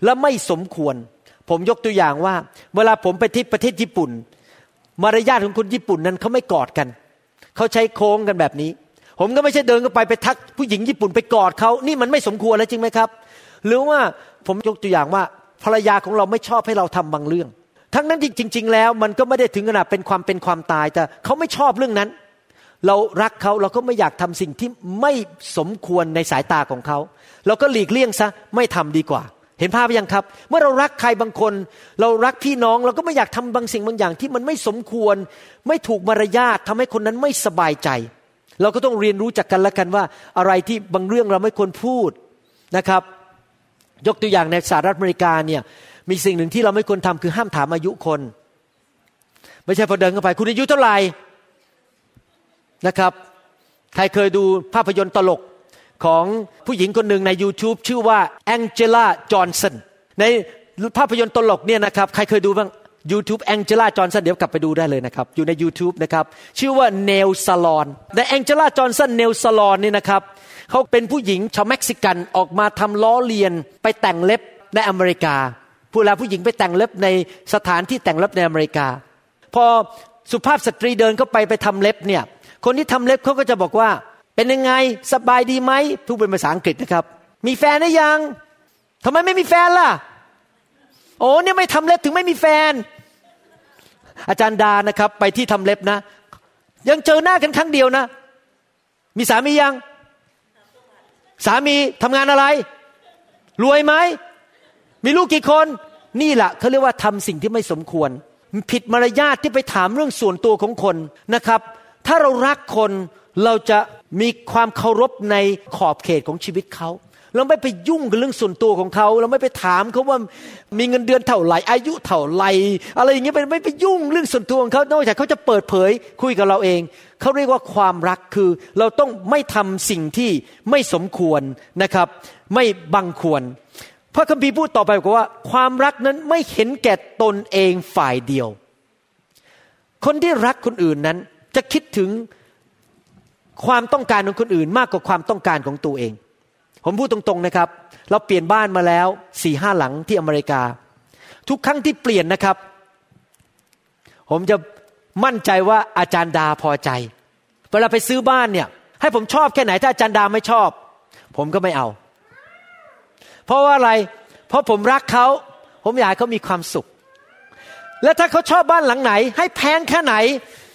และไม่สมควรผมยกตัวอย่างว่าเวลาผมไปที่ประเทศญี่ปุ่นมารยาทของคนญี่ปุ่นนั้นเขาไม่กอดกันเขาใช้โค้งกันแบบนี้ผมก็ไม่ใช่เดินเข้าไปไปทักผู้หญิงญี่ปุ่นไปกอดเขานี่มันไม่สมควรแล้วจริงไหมครับหรือว่าผมยกตัวอย่างว่าภรรยาของเราไม่ชอบให้เราทำบางเรื่องทั้งนั้นจริงๆแล้วมันก็ไม่ได้ถึงขนาดเป็นความเป็นความตายแต่เขาไม่ชอบเรื่องนั้นเรารักเขาเราก็ไม่อยากทำสิ่งที่ไม่สมควรในสายตาของเขาเราก็หลีกเลี่ยงซะไม่ทำดีกว่าเห็นภาพยังครับเมื่อเรารักใครบางคนเรารักพี่น้องเราก็ไม่อยากทำบางสิ่งบางอย่างที่มันไม่สมควรไม่ถูกมารยาททำให้คนนั้นไม่สบายใจเราก็ต้องเรียนรู้จากกันและกันว่าอะไรที่บางเรื่องเราไม่ควรพูดนะครับยกตัวอย่างในสหรัฐอเมริกาเนี่ยมีสิ่งหนึ่งที่เราไม่ควรทำคือห้ามถามอายุคนไม่ใช่พอเดินเข้าไปคุณอายุเท่าไหร่นะครับใครเคยดูภาพยนตร์ตลกของผู้หญิงคนหนึ่งใน YouTube ชื่อว่าแองเจล่าจอห์นสันในภาพยนตร์ตลกเนี่ยนะครับใครเคยดูบ้าง YouTube แองเจล่าจอห์นสันเดี๋ยวกลับไปดูได้เลยนะครับอยู่ใน YouTube นะครับชื่อว่า Nail Salon ในแองเจล่าจอห์นสัน Nail Salon นี่นะครับเขาเป็นผู้หญิงชาวเม็กซิกันออกมาทำล้อเลียนไปแต่งเล็บในอเมริกาผู้แล้วผู้หญิงไปแต่งเล็บในสถานที่แต่งเล็บในอเมริกาพอสุภาพสตรีเดินเข้าไปไปทำเล็บเนี่ยคนที่ทำเล็บเขาก็จะบอกว่าเป็นยังไงสบายดีไหมพูดเป็นภาษาอังกฤษนะครับมีแฟนหรือยังทำไมไม่มีแฟนล่ะโอ้เนี่ยไม่ทำเล็บถึงไม่มีแฟนอาจารย์ดานะครับไปที่ทำเล็บนะยังเจอหน้ากันครั้งเดียวนะมีสามียังสามีทำงานอะไรรวยไหมมีลูกกี่คนนี่แหละเขาเรียกว่าทำสิ่งที่ไม่สมควรผิดมารยาทที่ไปถามเรื่องส่วนตัวของคนนะครับถ้าเรารักคนเราจะมีความเคารพในขอบเขตของชีวิตเขาเราไม่ไปยุ่งกับเรื่องส่วนตัวของเขาเราไม่ไปถามเขาว่ามีเงินเดือนเท่าไหร่อายุเท่าไหร่อะไรอย่างเงี้ยไม่ไปยุ่งเรื่องส่วนตัวของเขานอกจากเขาจะเปิดเผยคุยกับเราเองเขาเรียกว่าความรักคือเราต้องไม่ทำสิ่งที่ไม่สมควรนะครับไม่บังควรพระคัมภีร์พูดต่อไปบอกว่าความรักนั้นไม่เห็นแก่ตนเองฝ่ายเดียวคนที่รักคนอื่นนั้นจะคิดถึงความต้องการของคนอื่นมากกว่าความต้องการของตัวเองผมพูดตรงๆนะครับเราเปลี่ยนบ้านมาแล้ว สี่ห้า หลังที่อเมริกาทุกครั้งที่เปลี่ยนนะครับผมจะมั่นใจว่าอาจารย์ดาพอใจเวลาไปซื้อบ้านเนี่ยให้ผมชอบแค่ไหนถ้าอาจารย์ดาไม่ชอบผมก็ไม่เอาเพราะว่าอะไรเพราะผมรักเขาผมอยากให้เขามีความสุขและถ้าเขาชอบบ้านหลังไหนให้แพงแค่ไหน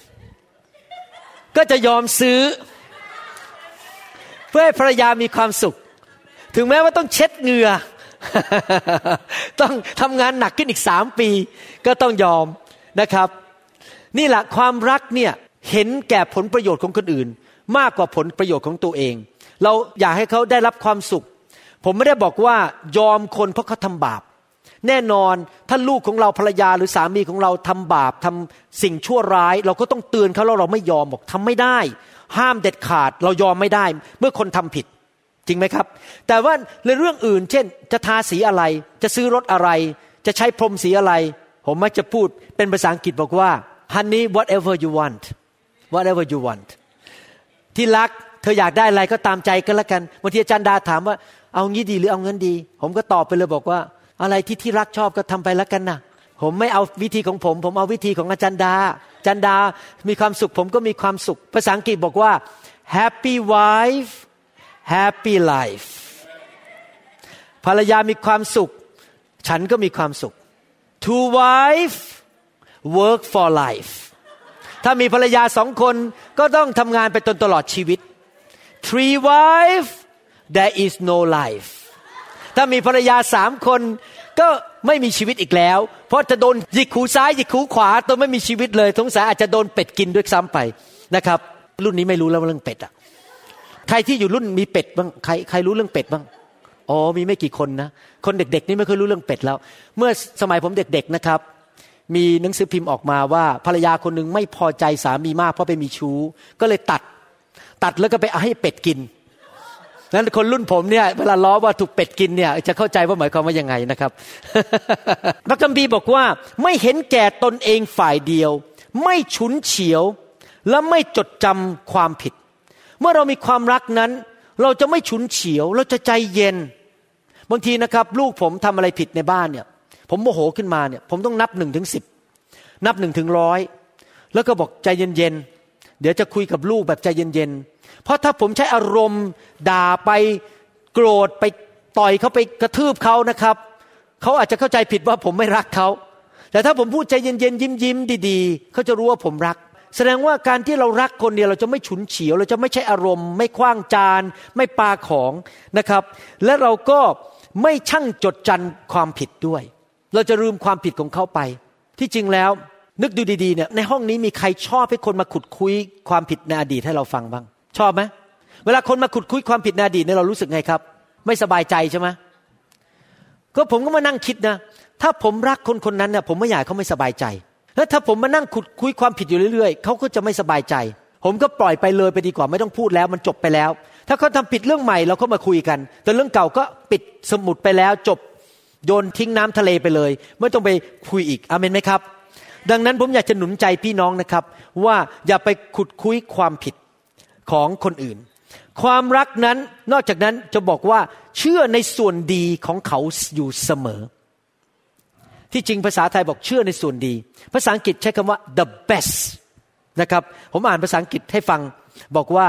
ก็จะยอมซื้อเพื่อให้ภรรยามีความสุขถึงแม้ว่าต้องเช็ดเหงื่อ ต้องทำงานหนักขึ้นอีกสามปีก็ต้องยอมนะครับนี่แหละความรักเนี่ยเห็นแก่ผลประโยชน์ของคนอื่นมากกว่าผลประโยชน์ของตัวเองเราอยากให้เขาได้รับความสุขผมไม่ได้บอกว่ายอมคนเพราะเขาทำบาปแน่นอนถ้าลูกของเราภรรยาหรือสามีของเราทำบาปทำสิ่งชั่วร้ายเราก็ต้องเตือนเขาแล้วเราไม่ยอมบอกทำไม่ได้ห้ามเด็ดขาดเรายอมไม่ได้เมื่อคนทำผิดจริงไหมครับแต่ว่าในเรื่องอื่นเช่นจะทาสีอะไรจะซื้อรถอะไรจะใช้พรมสีอะไรผมมักจะพูดเป็นภาษาอังกฤษบอกว่า honey whatever you want whatever you want ที่รักเธออยากได้อะไรก็ตามใจกันละกันบางทีอาจารย์ดาถามว่าเอางี้ดีหรือเอาเงินดีผมก็ตอบไปเลยบอกว่าอะไรที่ที่รักชอบก็ทำไปละกันนะผมไม่เอาวิธีของผมผมเอาวิธีของอาจารย์ดาอาจารย์ดามีความสุขผมก็มีความสุขภาษาอังกฤษบอกว่า happy wife happy life ภรรยามีความสุขฉันก็มีความสุข two wife work for life ถ้ามีภรรยาสองคนก็ต้องทำงานไปจนตลอดชีวิต three wife there is no life ถ้ามีภรรยาสามคนก็ไม่มีชีวิตอีกแล้วเพราะจะโดนหยิกหูซ้ายหยิกหูขวาตัวไม่มีชีวิตเลยสงสัยอาจจะโดนเป็ดกินด้วยซ้ำไปนะครับรุ่นนี้ไม่รู้แล้วเรื่องเป็ดอ่ะใครที่อยู่รุ่นมีเป็ดบ้างใครใครรู้เรื่องเป็ดบ้างอ๋อมีไม่กี่คนนะคนเด็กๆนี่ไม่ค่อยรู้เรื่องเป็ดแล้วเมื่อสมัยผมเด็กๆนะครับมีหนังสือพิมพ์ออกมาว่าภรรยาคนนึงไม่พอใจสามีมากเพราะไปมีชู้ก็เลยตัดตัดแล้วก็ไปให้เป็ดกินนั้นคนรุ่นผมเนี่ยเวลาล้อว่าถูกเป็ดกินเนี่ยจะเข้าใจว่าหมายความว่ายังไงนะครับ พระคัมภีร์บอกว่าไม่เห็นแก่ตนเองฝ่ายเดียวไม่ฉุนเฉียวและไม่จดจำความผิดเมื่อเรามีความรักนั้นเราจะไม่ฉุนเฉียวเราจะใจเย็นบางทีนะครับลูกผมทำอะไรผิดในบ้านเนี่ยผมโมโหขึ้นมาเนี่ยผมต้องนับหนึ่งถึงสิบนับหนึ่งถึงร้อยแล้วก็บอกใจเย็นๆเดี๋ยวจะคุยกับลูกแบบใจเย็นๆเพราะถ้าผมใช้อารมณ์ด่าไปโกรธไปต่อยเขาไปกระทืบเขานะครับเขาอาจจะเข้าใจผิดว่าผมไม่รักเขาแต่ถ้าผมพูดใจเย็นๆยิ้มๆดีๆเขาจะรู้ว่าผมรักแสดงว่าการที่เรารักคนเนี่ยเราจะไม่ฉุนเฉียวเราจะไม่ใช้อารมณ์ไม่ขว้างจานไม่ปาของนะครับและเราก็ไม่ชั่งจดจันความผิดด้วยเราจะลืมความผิดของเขาไปที่จริงแล้วนึกดูดีๆเนี่ยในห้องนี้มีใครชอบให้คนมาขุดคุยความผิดในอดีตให้เราฟังบ้างชอบไหมเวลาคนมาขุดคุยความผิดในอดีตเนี่ยเรารู้สึกไงครับไม่สบายใจใช่ไหมก็ผมก็มานั่งคิดนะถ้าผมรักคนคนนั้นเนี่ยผมไม่อยากเขาไม่สบายใจแล้วถ้าผมมานั่งขุดคุยความผิดอยู่เรื่อยๆเขาก็จะไม่สบายใจผมก็ปล่อยไปเลยไปดีกว่าไม่ต้องพูดแล้วมันจบไปแล้วถ้าเขาทำผิดเรื่องใหม่เราก็มาคุยกันแต่เรื่องเก่าก็ปิดสมุดไปแล้วจบโยนทิ้งน้ำทะเลไปเลยไม่ต้องไปคุยอีกอาเมนไหมครับดังนั้นผมอยากจะหนุนใจพี่น้องนะครับว่าอย่าไปขุดคุยความผิดของคนอื่นความรักนั้นนอกจากนั้นจะบอกว่าเชื่อในส่วนดีของเขาอยู่เสมอที่จริงภาษาไทยบอกเชื่อในส่วนดีภาษาอังกฤษใช้คำว่า the best นะครับผมอ่านภาษาอังกฤษให้ฟังบอกว่า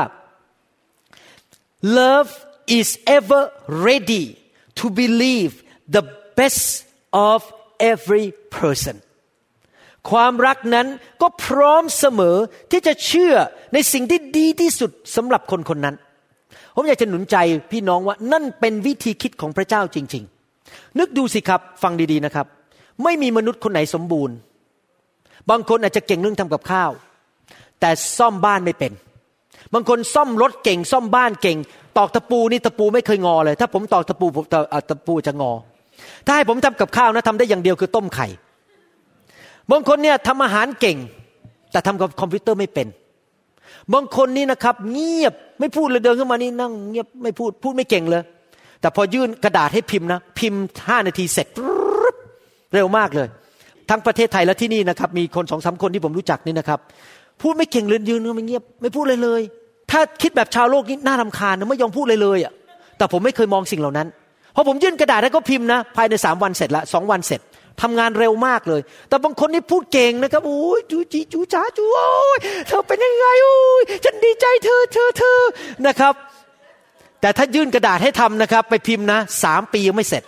love is ever ready to believe the best of every person ความรักนั้นก็พร้อมเสมอที่จะเชื่อในสิ่งที่ดีที่สุดสำหรับคนคนนั้นผมอยากจะหนุนใจพี่น้องว่านั่นเป็นวิธีคิดของพระเจ้าจริงๆนึกดูสิครับฟังดีๆนะครับไม่มีมนุษย์คนไหนสมบูรณ์บางคนอาจจะเก่งเรื่องทำกับข้าวแต่ซ่อมบ้านไม่เป็นบางคนซ่อมรถเก่งซ่อมบ้านเก่งตอกตะปูนี่ตะปูไม่เคยงอเลยถ้าผมตอกตะปูผมตะปูจะงอถ้าให้ผมทำกับข้าวนะทำได้อย่างเดียวคือต้มไข่บางคนเนี่ยทำอาหารเก่งแต่ทำกับคอมพิวเตอร์ไม่เป็นบางคนนี่นะครับเงียบไม่พูดเลยเดินขึ้นมานี่นั่งเงียบไม่พูดพูดไม่เก่งเลยแต่พอยื่นกระดาษให้พิมพ์นะพิมพ์ห้านาทีเสร็จเร็วมากเลยทั้งประเทศไทยและที่นี่นะครับมีคน สองสาม คนที่ผมรู้จักนี่นะครับพูดไม่เก่งเลยยืนไม่เงียบไม่พูดเลยเลยถ้าคิดแบบชาวโลกนี่น่ารำคาญนะไม่ยอมพูดเลยเลยอ่ะแต่ผมไม่เคยมองสิ่งเหล่านั้นพอผมยื่นกระดาษให้เขาพิมพ์นะภายในสามวันเสร็จละสองวันเสร็จทำงานเร็วมากเลยแต่บางคนนี่พูดเก่งนะครับโอ้ยจูจีจูจ้าจูโอ้ยเธอเป็นยังไงโอ้ยฉันดีใจเธอเธอเธอนะครับแต่ถ้ายื่นกระดาษให้ทำนะครับไปพิมพ์นะสามปียังไม่เสร็จ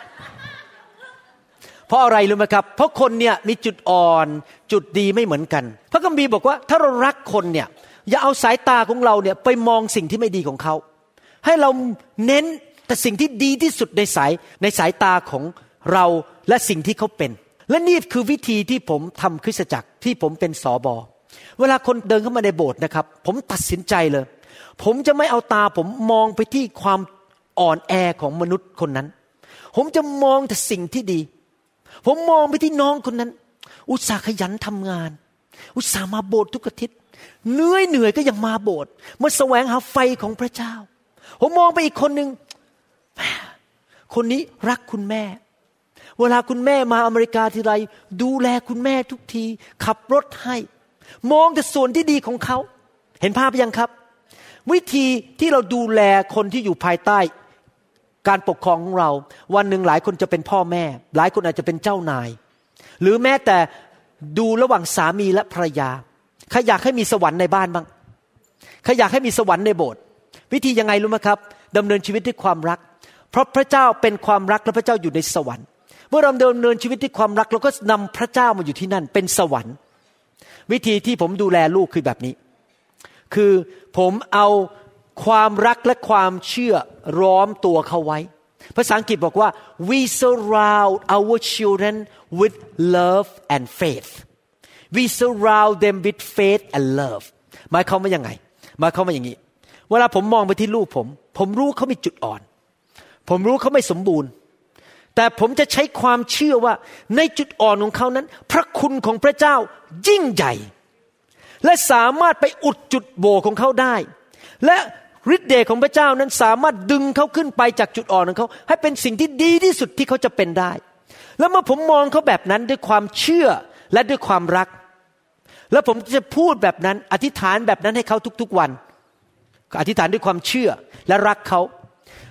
เพราะอะไรรู้ไหมครับเพราะคนเนี่ยมีจุดอ่อนจุดดีไม่เหมือนกันพระคัมภีร์บอกว่าถ้าเรารักคนเนี่ยอย่าเอาสายตาของเราเนี่ยไปมองสิ่งที่ไม่ดีของเขาให้เราเน้นแต่สิ่งที่ดีที่สุดในสายในสายตาของเราและสิ่งที่เขาเป็นและนี่คือวิธีที่ผมทำคริสตจักรที่ผมเป็นสบเวลาคนเดินเข้ามาในโบสถ์นะครับผมตัดสินใจเลยผมจะไม่เอาตาผมมองไปที่ความอ่อนแอของมนุษย์คนนั้นผมจะมองแต่สิ่งที่ดีผมมองไปที่น้องคนนั้นอุตส่าห์ขยันทำงานอุตส่าห์มาโบสถ์ทุกอาทิตย์เหนื่อยเหนื่อยก็ยังมาโบสถ์มาแสวงหาไฟของพระเจ้าผมมองไปอีกคนนึงคนนี้รักคุณแม่เวลาคุณแม่มาอเมริกาทีไรดูแลคุณแม่ทุกทีขับรถให้มองแต่ส่วนที่ดีของเขาเห็นภาพยังครับวิธีที่เราดูแลคนที่อยู่ภายใต้การปกครองของเราวันหนึ่งหลายคนจะเป็นพ่อแม่หลายคนอาจจะเป็นเจ้านายหรือแม้แต่ดูระหว่างสามีและภรรยาใครอยากให้มีสวรรค์ในบ้านบ้างใครอยากให้มีสวรรค์ในโบสถ์วิธียังไงรู้ไหมครับดำเนินชีวิตด้วยความรักเพราะพระเจ้าเป็นความรักและพระเจ้าอยู่ในสวรรค์เมื่อเราดำเนินชีวิตด้วยความรักเราก็นำพระเจ้ามาอยู่ที่นั่นเป็นสวรรค์วิธีที่ผมดูแลลูกคือแบบนี้คือผมเอาความรักและความเชื่อล้อมตัวเขาไว้ภาษาอังกฤษบอกว่า we surround our children with love and faith we surround them with faith and love หมายความว่ายังไงหมายความว่าอย่างนี้เวลาผมมองไปที่ลูกผมผมรู้เขามีจุดอ่อนผมรู้เขาไม่สมบูรณ์แต่ผมจะใช้ความเชื่อว่าในจุดอ่อนของเขานั้นพระคุณของพระเจ้ายิ่งใหญ่และสามารถไปอุดจุดโหว่ของเขาได้และฤทธิ์เดชของพระเจ้านั้นสามารถดึงเขาขึ้นไปจากจุดอ่อนของเขาให้เป็นสิ่งที่ดีที่สุดที่เขาจะเป็นได้แล้วเมื่อผมมองเขาแบบนั้นด้วยความเชื่อและด้วยความรักแล้วผมจะพูดแบบนั้นอธิษฐานแบบนั้นให้เขาทุกๆวันอธิษฐานด้วยความเชื่อและรักเขา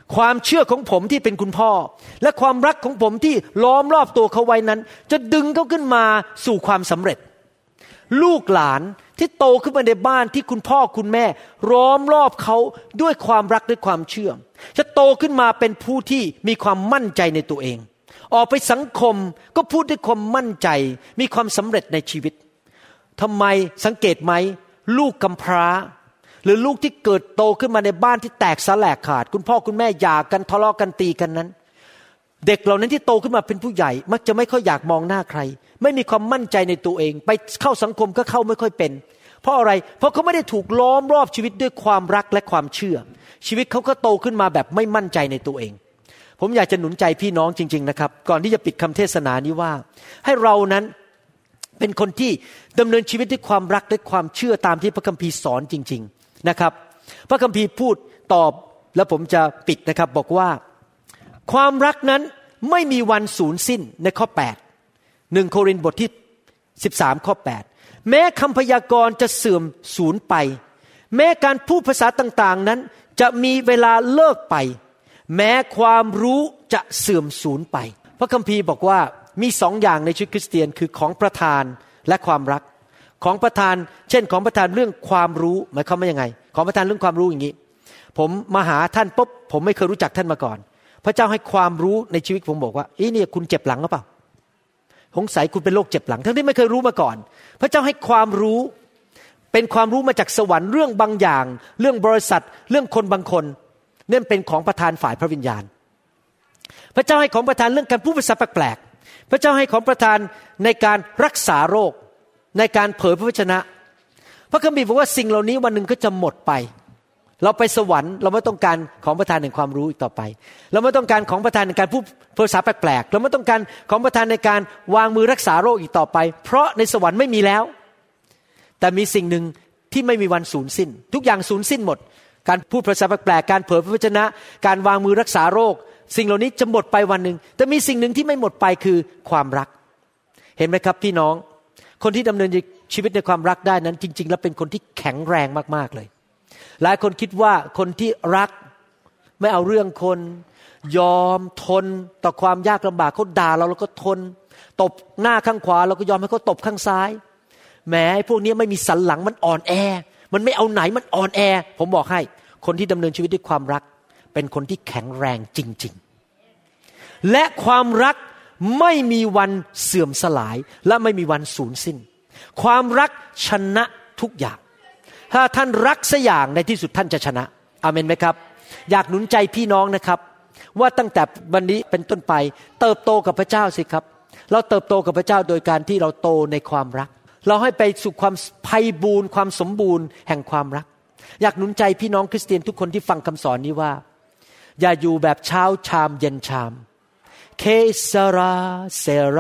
ความเชื่อของผมที่เป็นคุณพ่อและความรักของผมที่ล้อมรอบตัวเขาไว้นั้นจะดึงเขาขึ้นมาสู่ความสำเร็จลูกหลานที่โตขึ้นมาในบ้านที่คุณพ่อคุณแม่ล้อมรอบเขาด้วยความรักด้วยความเชื่อจะโตขึ้นมาเป็นผู้ที่มีความมั่นใจในตัวเองออกไปสังคมก็พูดด้วยความมั่นใจมีความสำเร็จในชีวิตทำไมสังเกตไหมลูกกำพร้าหรือลูกที่เกิดโตขึ้นมาในบ้านที่แตกสลายขาดคุณพ่อคุณแม่หย่ากันทะเลาะกันตีกันนั้นเด็กเหล่านั้นที่โตขึ้นมาเป็นผู้ใหญ่มักจะไม่ค่อยอยากมองหน้าใครไม่มีความมั่นใจในตัวเองไปเข้าสังคมก็เข้าไม่ค่อยเป็นเพราะอะไรเพราะเขาไม่ได้ถูกล้อมรอบชีวิตด้วยความรักและความเชื่อชีวิตเขาก็โตขึ้นมาแบบไม่มั่นใจในตัวเองผมอยากจะหนุนใจพี่น้องจริงๆนะครับก่อนที่จะปิดคำเทศนานี้ว่าให้เรานั้นเป็นคนที่ดำเนินชีวิตด้วยความรักและความเชื่อตามที่พระคัมภีร์สอนจริงๆนะครับพระคัมภีร์พูดตอบแล้วผมจะปิดนะครับบอกว่าความรักนั้นไม่มีวันสูญสิ้นในข้อแปด หนึ่งโครินธ์บทที่สิบสามข้อแปดแม้คำพยากรณ์จะเสื่อมสูญไปแม้การพูดภาษาต่างๆนั้นจะมีเวลาเลิกไปแม้ความรู้จะเสื่อมสูญไปพระคัมภีร์บอกว่ามีสองอย่างในชีวิตคริสเตียนคือของประทานและความรักของประทานเช่นของประทานเรื่องความรู้หมายความว่ายังไงของประทานเรื่องความรู้อย่างนี้ผมมาหาท่านปุ๊บผมไม่เคยรู้จักท่านมาก่อนพระเจ้าให้ความรู้ในชีวิตผมบอกว่าอีเนี่ยคุณเจ็บหลังหรือเปล่าสงสัยคุณเป็นโรคเจ็บหลังทั้งที่ไม่เคยรู้มาก่อนพระเจ้าให้ความรู้เป็นความรู้มาจากสวรรค์เรื่องบางอย่างเรื่องบริษัทเรื่องคนบางคนนั่นเป็นของประทานฝ่ายพระวิญญาณพระเจ้าให้ของประทานเรื่องการพูดภาษาแปลกๆพระเจ้าให้ของประทานในการรักษาโรคในการเผยพระวจนะพระคัมภีร์บอกว่าสิ่งเหล่านี้วันหนึ่งก็จะหมดไปเราไปสวรรค์เราไม่ต้องการของประทานแห่งความรู้อีกต่อไปเราไม่ต้องการของประทานในการพูดภาษาแปลกๆเราไม่ต้องการของประทานในการวางมือรักษาโรคอีกต่อไปเพราะในสวรรค์ไม่มีแล้วแต่มีสิ่งหนึ่งที่ไม่มีวันสูญสิ้นทุกอย่างสูญสิ้นหมดการพูดภาษาแปลกๆการเผยพระวจนะการวางมือรักษาโรคสิ่งเหล่านี้จะหมดไปวันหนึ่งแต่มีสิ่งหนึ่งที่ไม่หมดไปคือความรักเห็นไหมครับพี่น้องคนที่ดำเนินชีวิตในความรักได้นั้นจริงๆแล้วเป็นคนที่แข็งแรงมากๆเลยหลายคนคิดว่าคนที่รักไม่เอาเรื่องคนยอมทนต่อความยากลำบากเขาด่าเราเราก็ทนตบหน้าข้างขวาเราก็ยอมให้เขาตบข้างซ้ายแหมไอ้พวกนี้ไม่มีสันหลังมันอ่อนแอมันไม่เอาไหนมันอ่อนแอผมบอกให้คนที่ดำเนินชีวิตด้วยความรักเป็นคนที่แข็งแรงจริงๆและความรักไม่มีวันเสื่อมสลายและไม่มีวันสูญสิ้นความรักชนะทุกอย่างถ้าท่านรักสักอย่างในที่สุดท่านจะชนะอาเมนไหมครับอยากหนุนใจพี่น้องนะครับว่าตั้งแต่วันนี้เป็นต้นไปเติบโตกับพระเจ้าสิครับเราเติบโตกับพระเจ้าโดยการที่เราโตในความรักเราให้ไปสู่ความไพบูรณ์ความสมบูรณ์แห่งความรักอยากหนุนใจพี่น้องคริสเตียนทุกคนที่ฟังคำสอนนี้ว่าอย่าอยู่แบบเช้าชามเย็นชามเคสราเซรา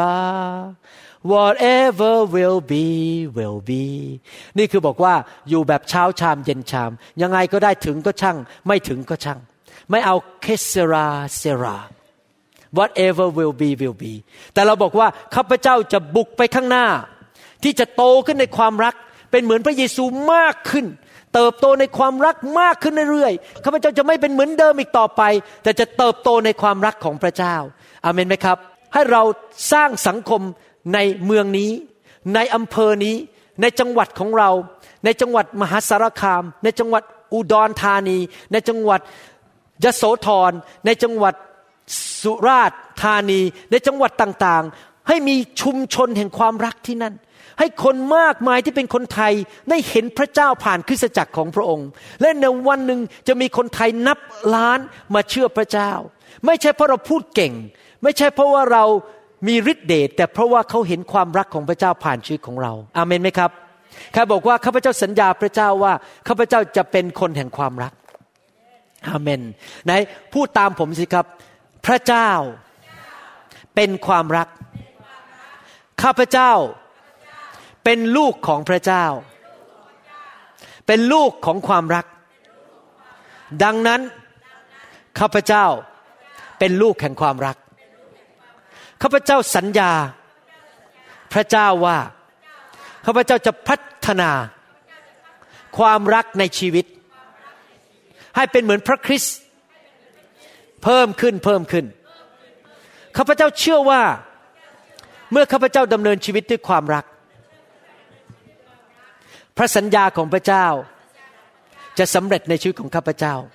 whatever will be will be นี่คือบอกว่าอยู่แบบเช้าชามเย็นชามยังไงก็ได้ถึงก็ช่างไม่ถึงก็ช่างไม่เอาเคสราเซรา whatever will be will be แต่เราบอกว่าข้าพเจ้าจะบุกไปข้างหน้าที่จะโตขึ้นในความรักเป็นเหมือนพระเยซูมากขึ้นเติบโตในความรักมากขึ้นเรื่อยๆข้าพเจ้าจะไม่เป็นเหมือนเดิมอีกต่อไปแต่จะเติบโตในความรักของพระเจ้าอาเมนไหมครับให้เราสร้างสังคมในเมืองนี้ในอำเภอนี้ในจังหวัดของเราในจังหวัดมหาสารคามในจังหวัดอุดรธานีในจังหวัดยโสธรในจังหวัดสุราษฎร์ธานีในจังหวัดต่างๆให้มีชุมชนแห่งความรักที่นั่นให้คนมากมายที่เป็นคนไทยได้เห็นพระเจ้าผ่านคริสตจักรของพระองค์และในวันหนึ่งจะมีคนไทยนับล้านมาเชื่อพระเจ้าไม่ใช่เพราะเราพูดเก่งไม่ใช่เพราะว่าเรามีฤทธิ์เดชแต่เพราะว่าเขาเห็นความรักของพระเจ้าผ่านชีวิตของเราอาเมนไหมครับข้าบอกว่าข้าพเจ้าสัญญาพระเจ้าว่าข้าพเจ้าจะเป็นคนแห่งความรักอาเมนไหนพูดตามผมสิครับพระเจ้าเป็นความรักข้าพเจ้าเป็นลูกของพระเจ้าเป็นลูกของความรักดังนั้นข้าพเจ้าเป็นลูกแห่งความรักข้าพเจ้าสัญญาพระเจ้าว่าข้าพเจ้าจะพัฒนาความรักในชีวิตให้เป็นเหมือนพระคริสต์เพิ่มขึ้นเพิ่มขึ้นข้าพเจ้าเชื่อว่าเมื่อข้าพเจ้าดำเนินชีวิตด้วยความรักพระสัญญาของพระเจ้าจะสำเร็จในชีวิตของข้าพเจ้า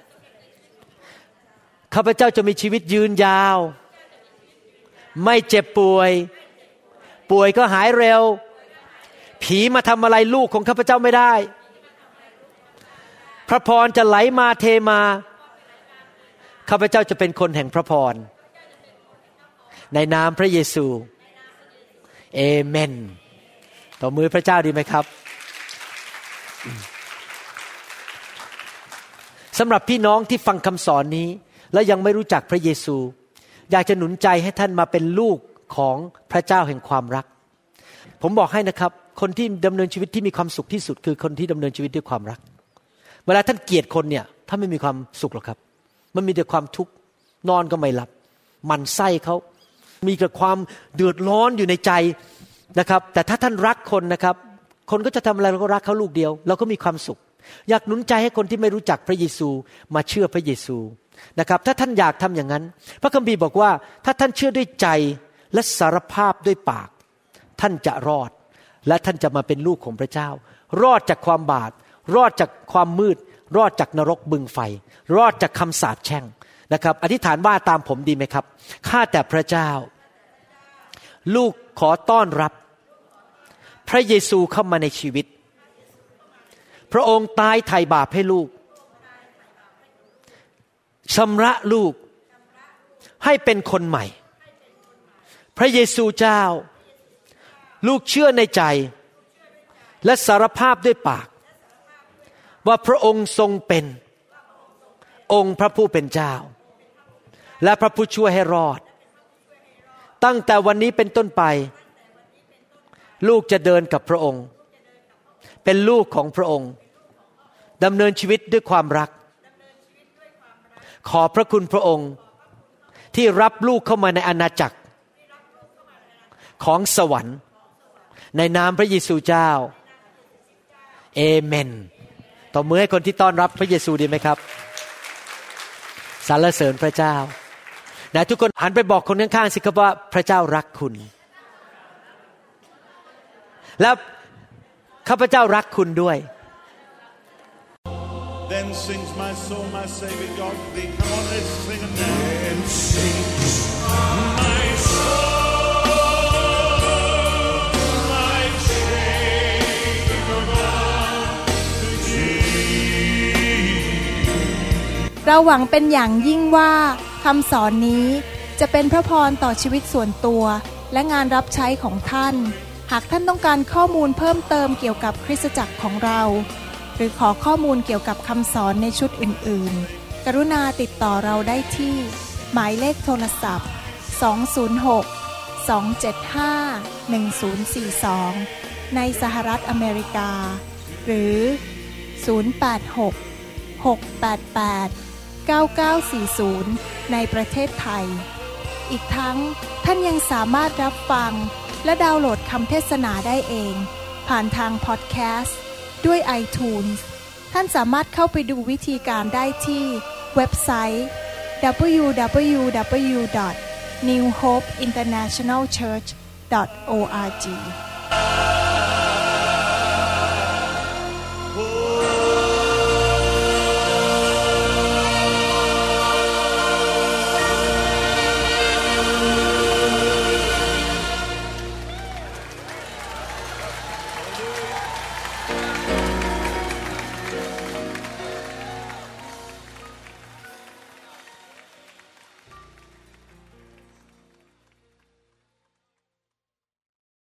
ข้าพเจ้าจะมีชีวิตยืนยาวไม่เจ็บป่วยป่วยก็หายเร็วผีมาทำอะไรลูกของข้าพเจ้าไม่ได้พระพรจะไหลมาเทมาข้าพเจ้าจะเป็นคนแห่งพระพรในนามพระเยซูเอเมนต่อมือพระเจ้าดีไหมครับสำหรับพี่น้องที่ฟังคำสอนนี้และยังไม่รู้จักพระเยซูอยากจะหนุนใจให้ท่านมาเป็นลูกของพระเจ้าแห่งความรักผมบอกให้นะครับคนที่ดำเนินชีวิตที่มีความสุขที่สุดคือคนที่ดำเนินชีวิตด้วยความรักเวลาท่านเกลียดคนเนี่ยท่านไม่มีความสุขหรอกครับมันมีแต่ความทุกข์นอนก็ไม่หลับหมั่นไส้เขามีแต่ความเดือดร้อนอยู่ในใจนะครับแต่ถ้าท่านรักคนนะครับคนก็จะทำอะไรเราก็รักเขาลูกเดียวเราก็มีความสุขอยากหนุนใจให้คนที่ไม่รู้จักพระเยซูมาเชื่อพระเยซูนะครับถ้าท่านอยากทำอย่างนั้นพระคัมภีร์บอกว่าถ้าท่านเชื่อด้วยใจและสารภาพด้วยปากท่านจะรอดและท่านจะมาเป็นลูกของพระเจ้ารอดจากความบาปรอดจากความมืดรอดจากนรกบึงไฟรอดจากคำสาปแช่งนะครับอธิษฐานว่าตามผมดีไหมครับข้าแต่พระเจ้าลูกขอต้อนรับพระเยซูเข้ามาในชีวิตพระองค์ตายไถ่บาปให้ลูกชำระลูกให้เป็นคนใหม่พระเยซูเจ้าลูกเชื่อในใจและสารภาพด้วยปากว่าพระองค์ทรงเป็นองค์พระผู้เป็นเจ้าและพระผู้ช่วยให้รอดตั้งแต่วันนี้เป็นต้นไปลูกจะเดินกับพระองค์เป็นลูกของพระองค์ดำเนินชีวิตด้วยความรักขอพระคุณพระองค์ที่รับลูกเข้ามาในอาณาจักรของสวรรค์ในนามพระเยซูเจ้าเอเมนต่อมือให้คนที่ต้อนรับพระเยซูดีไหมครับสรรเสริญพระเจ้านะทุกคนหันไปบอกคนข้างๆสิครับว่าพระเจ้ารักคุณแล้วข้าพเจ้ารักคุณด้วย Then sings my soul, my Savior God to thee. Come on, let's sing it now. Then sings my soul, my Savior God to thee. เราหวังเป็นอย่างยิ่งว่าคำสอนนี้จะเป็นพระพรต่อชีวิตส่วนตัวและงานรับใช้ของท่านหากท่านต้องการข้อมูลเพิ่มเติมเกี่ยวกับคริสตจักรของเราหรือขอข้อมูลเกี่ยวกับคำสอนในชุดอื่นๆกรุณาติดต่อเราได้ที่หมายเลขโทรศัพท์สอง ศูนย์ หก สอง เจ็ด ห้า หนึ่ง ศูนย์ สี่ สองในสหรัฐอเมริกาหรือศูนย์ แปด หก หก แปด แปด เก้า เก้า สี่ ศูนย์ในประเทศไทยอีกทั้งท่านยังสามารถรับฟังและดาวน์โหลดคำเทศนาได้เองผ่านทางพอดแคสต์ด้วย iTunes ท่านสามารถเข้าไปดูวิธีการได้ที่เว็บไซต์ ดับเบิลยู ดับเบิลยู ดับเบิลยู ดอท นิว โฮป อินเตอร์เนชั่นแนล เชิร์ช ดอท โอ อาร์ จี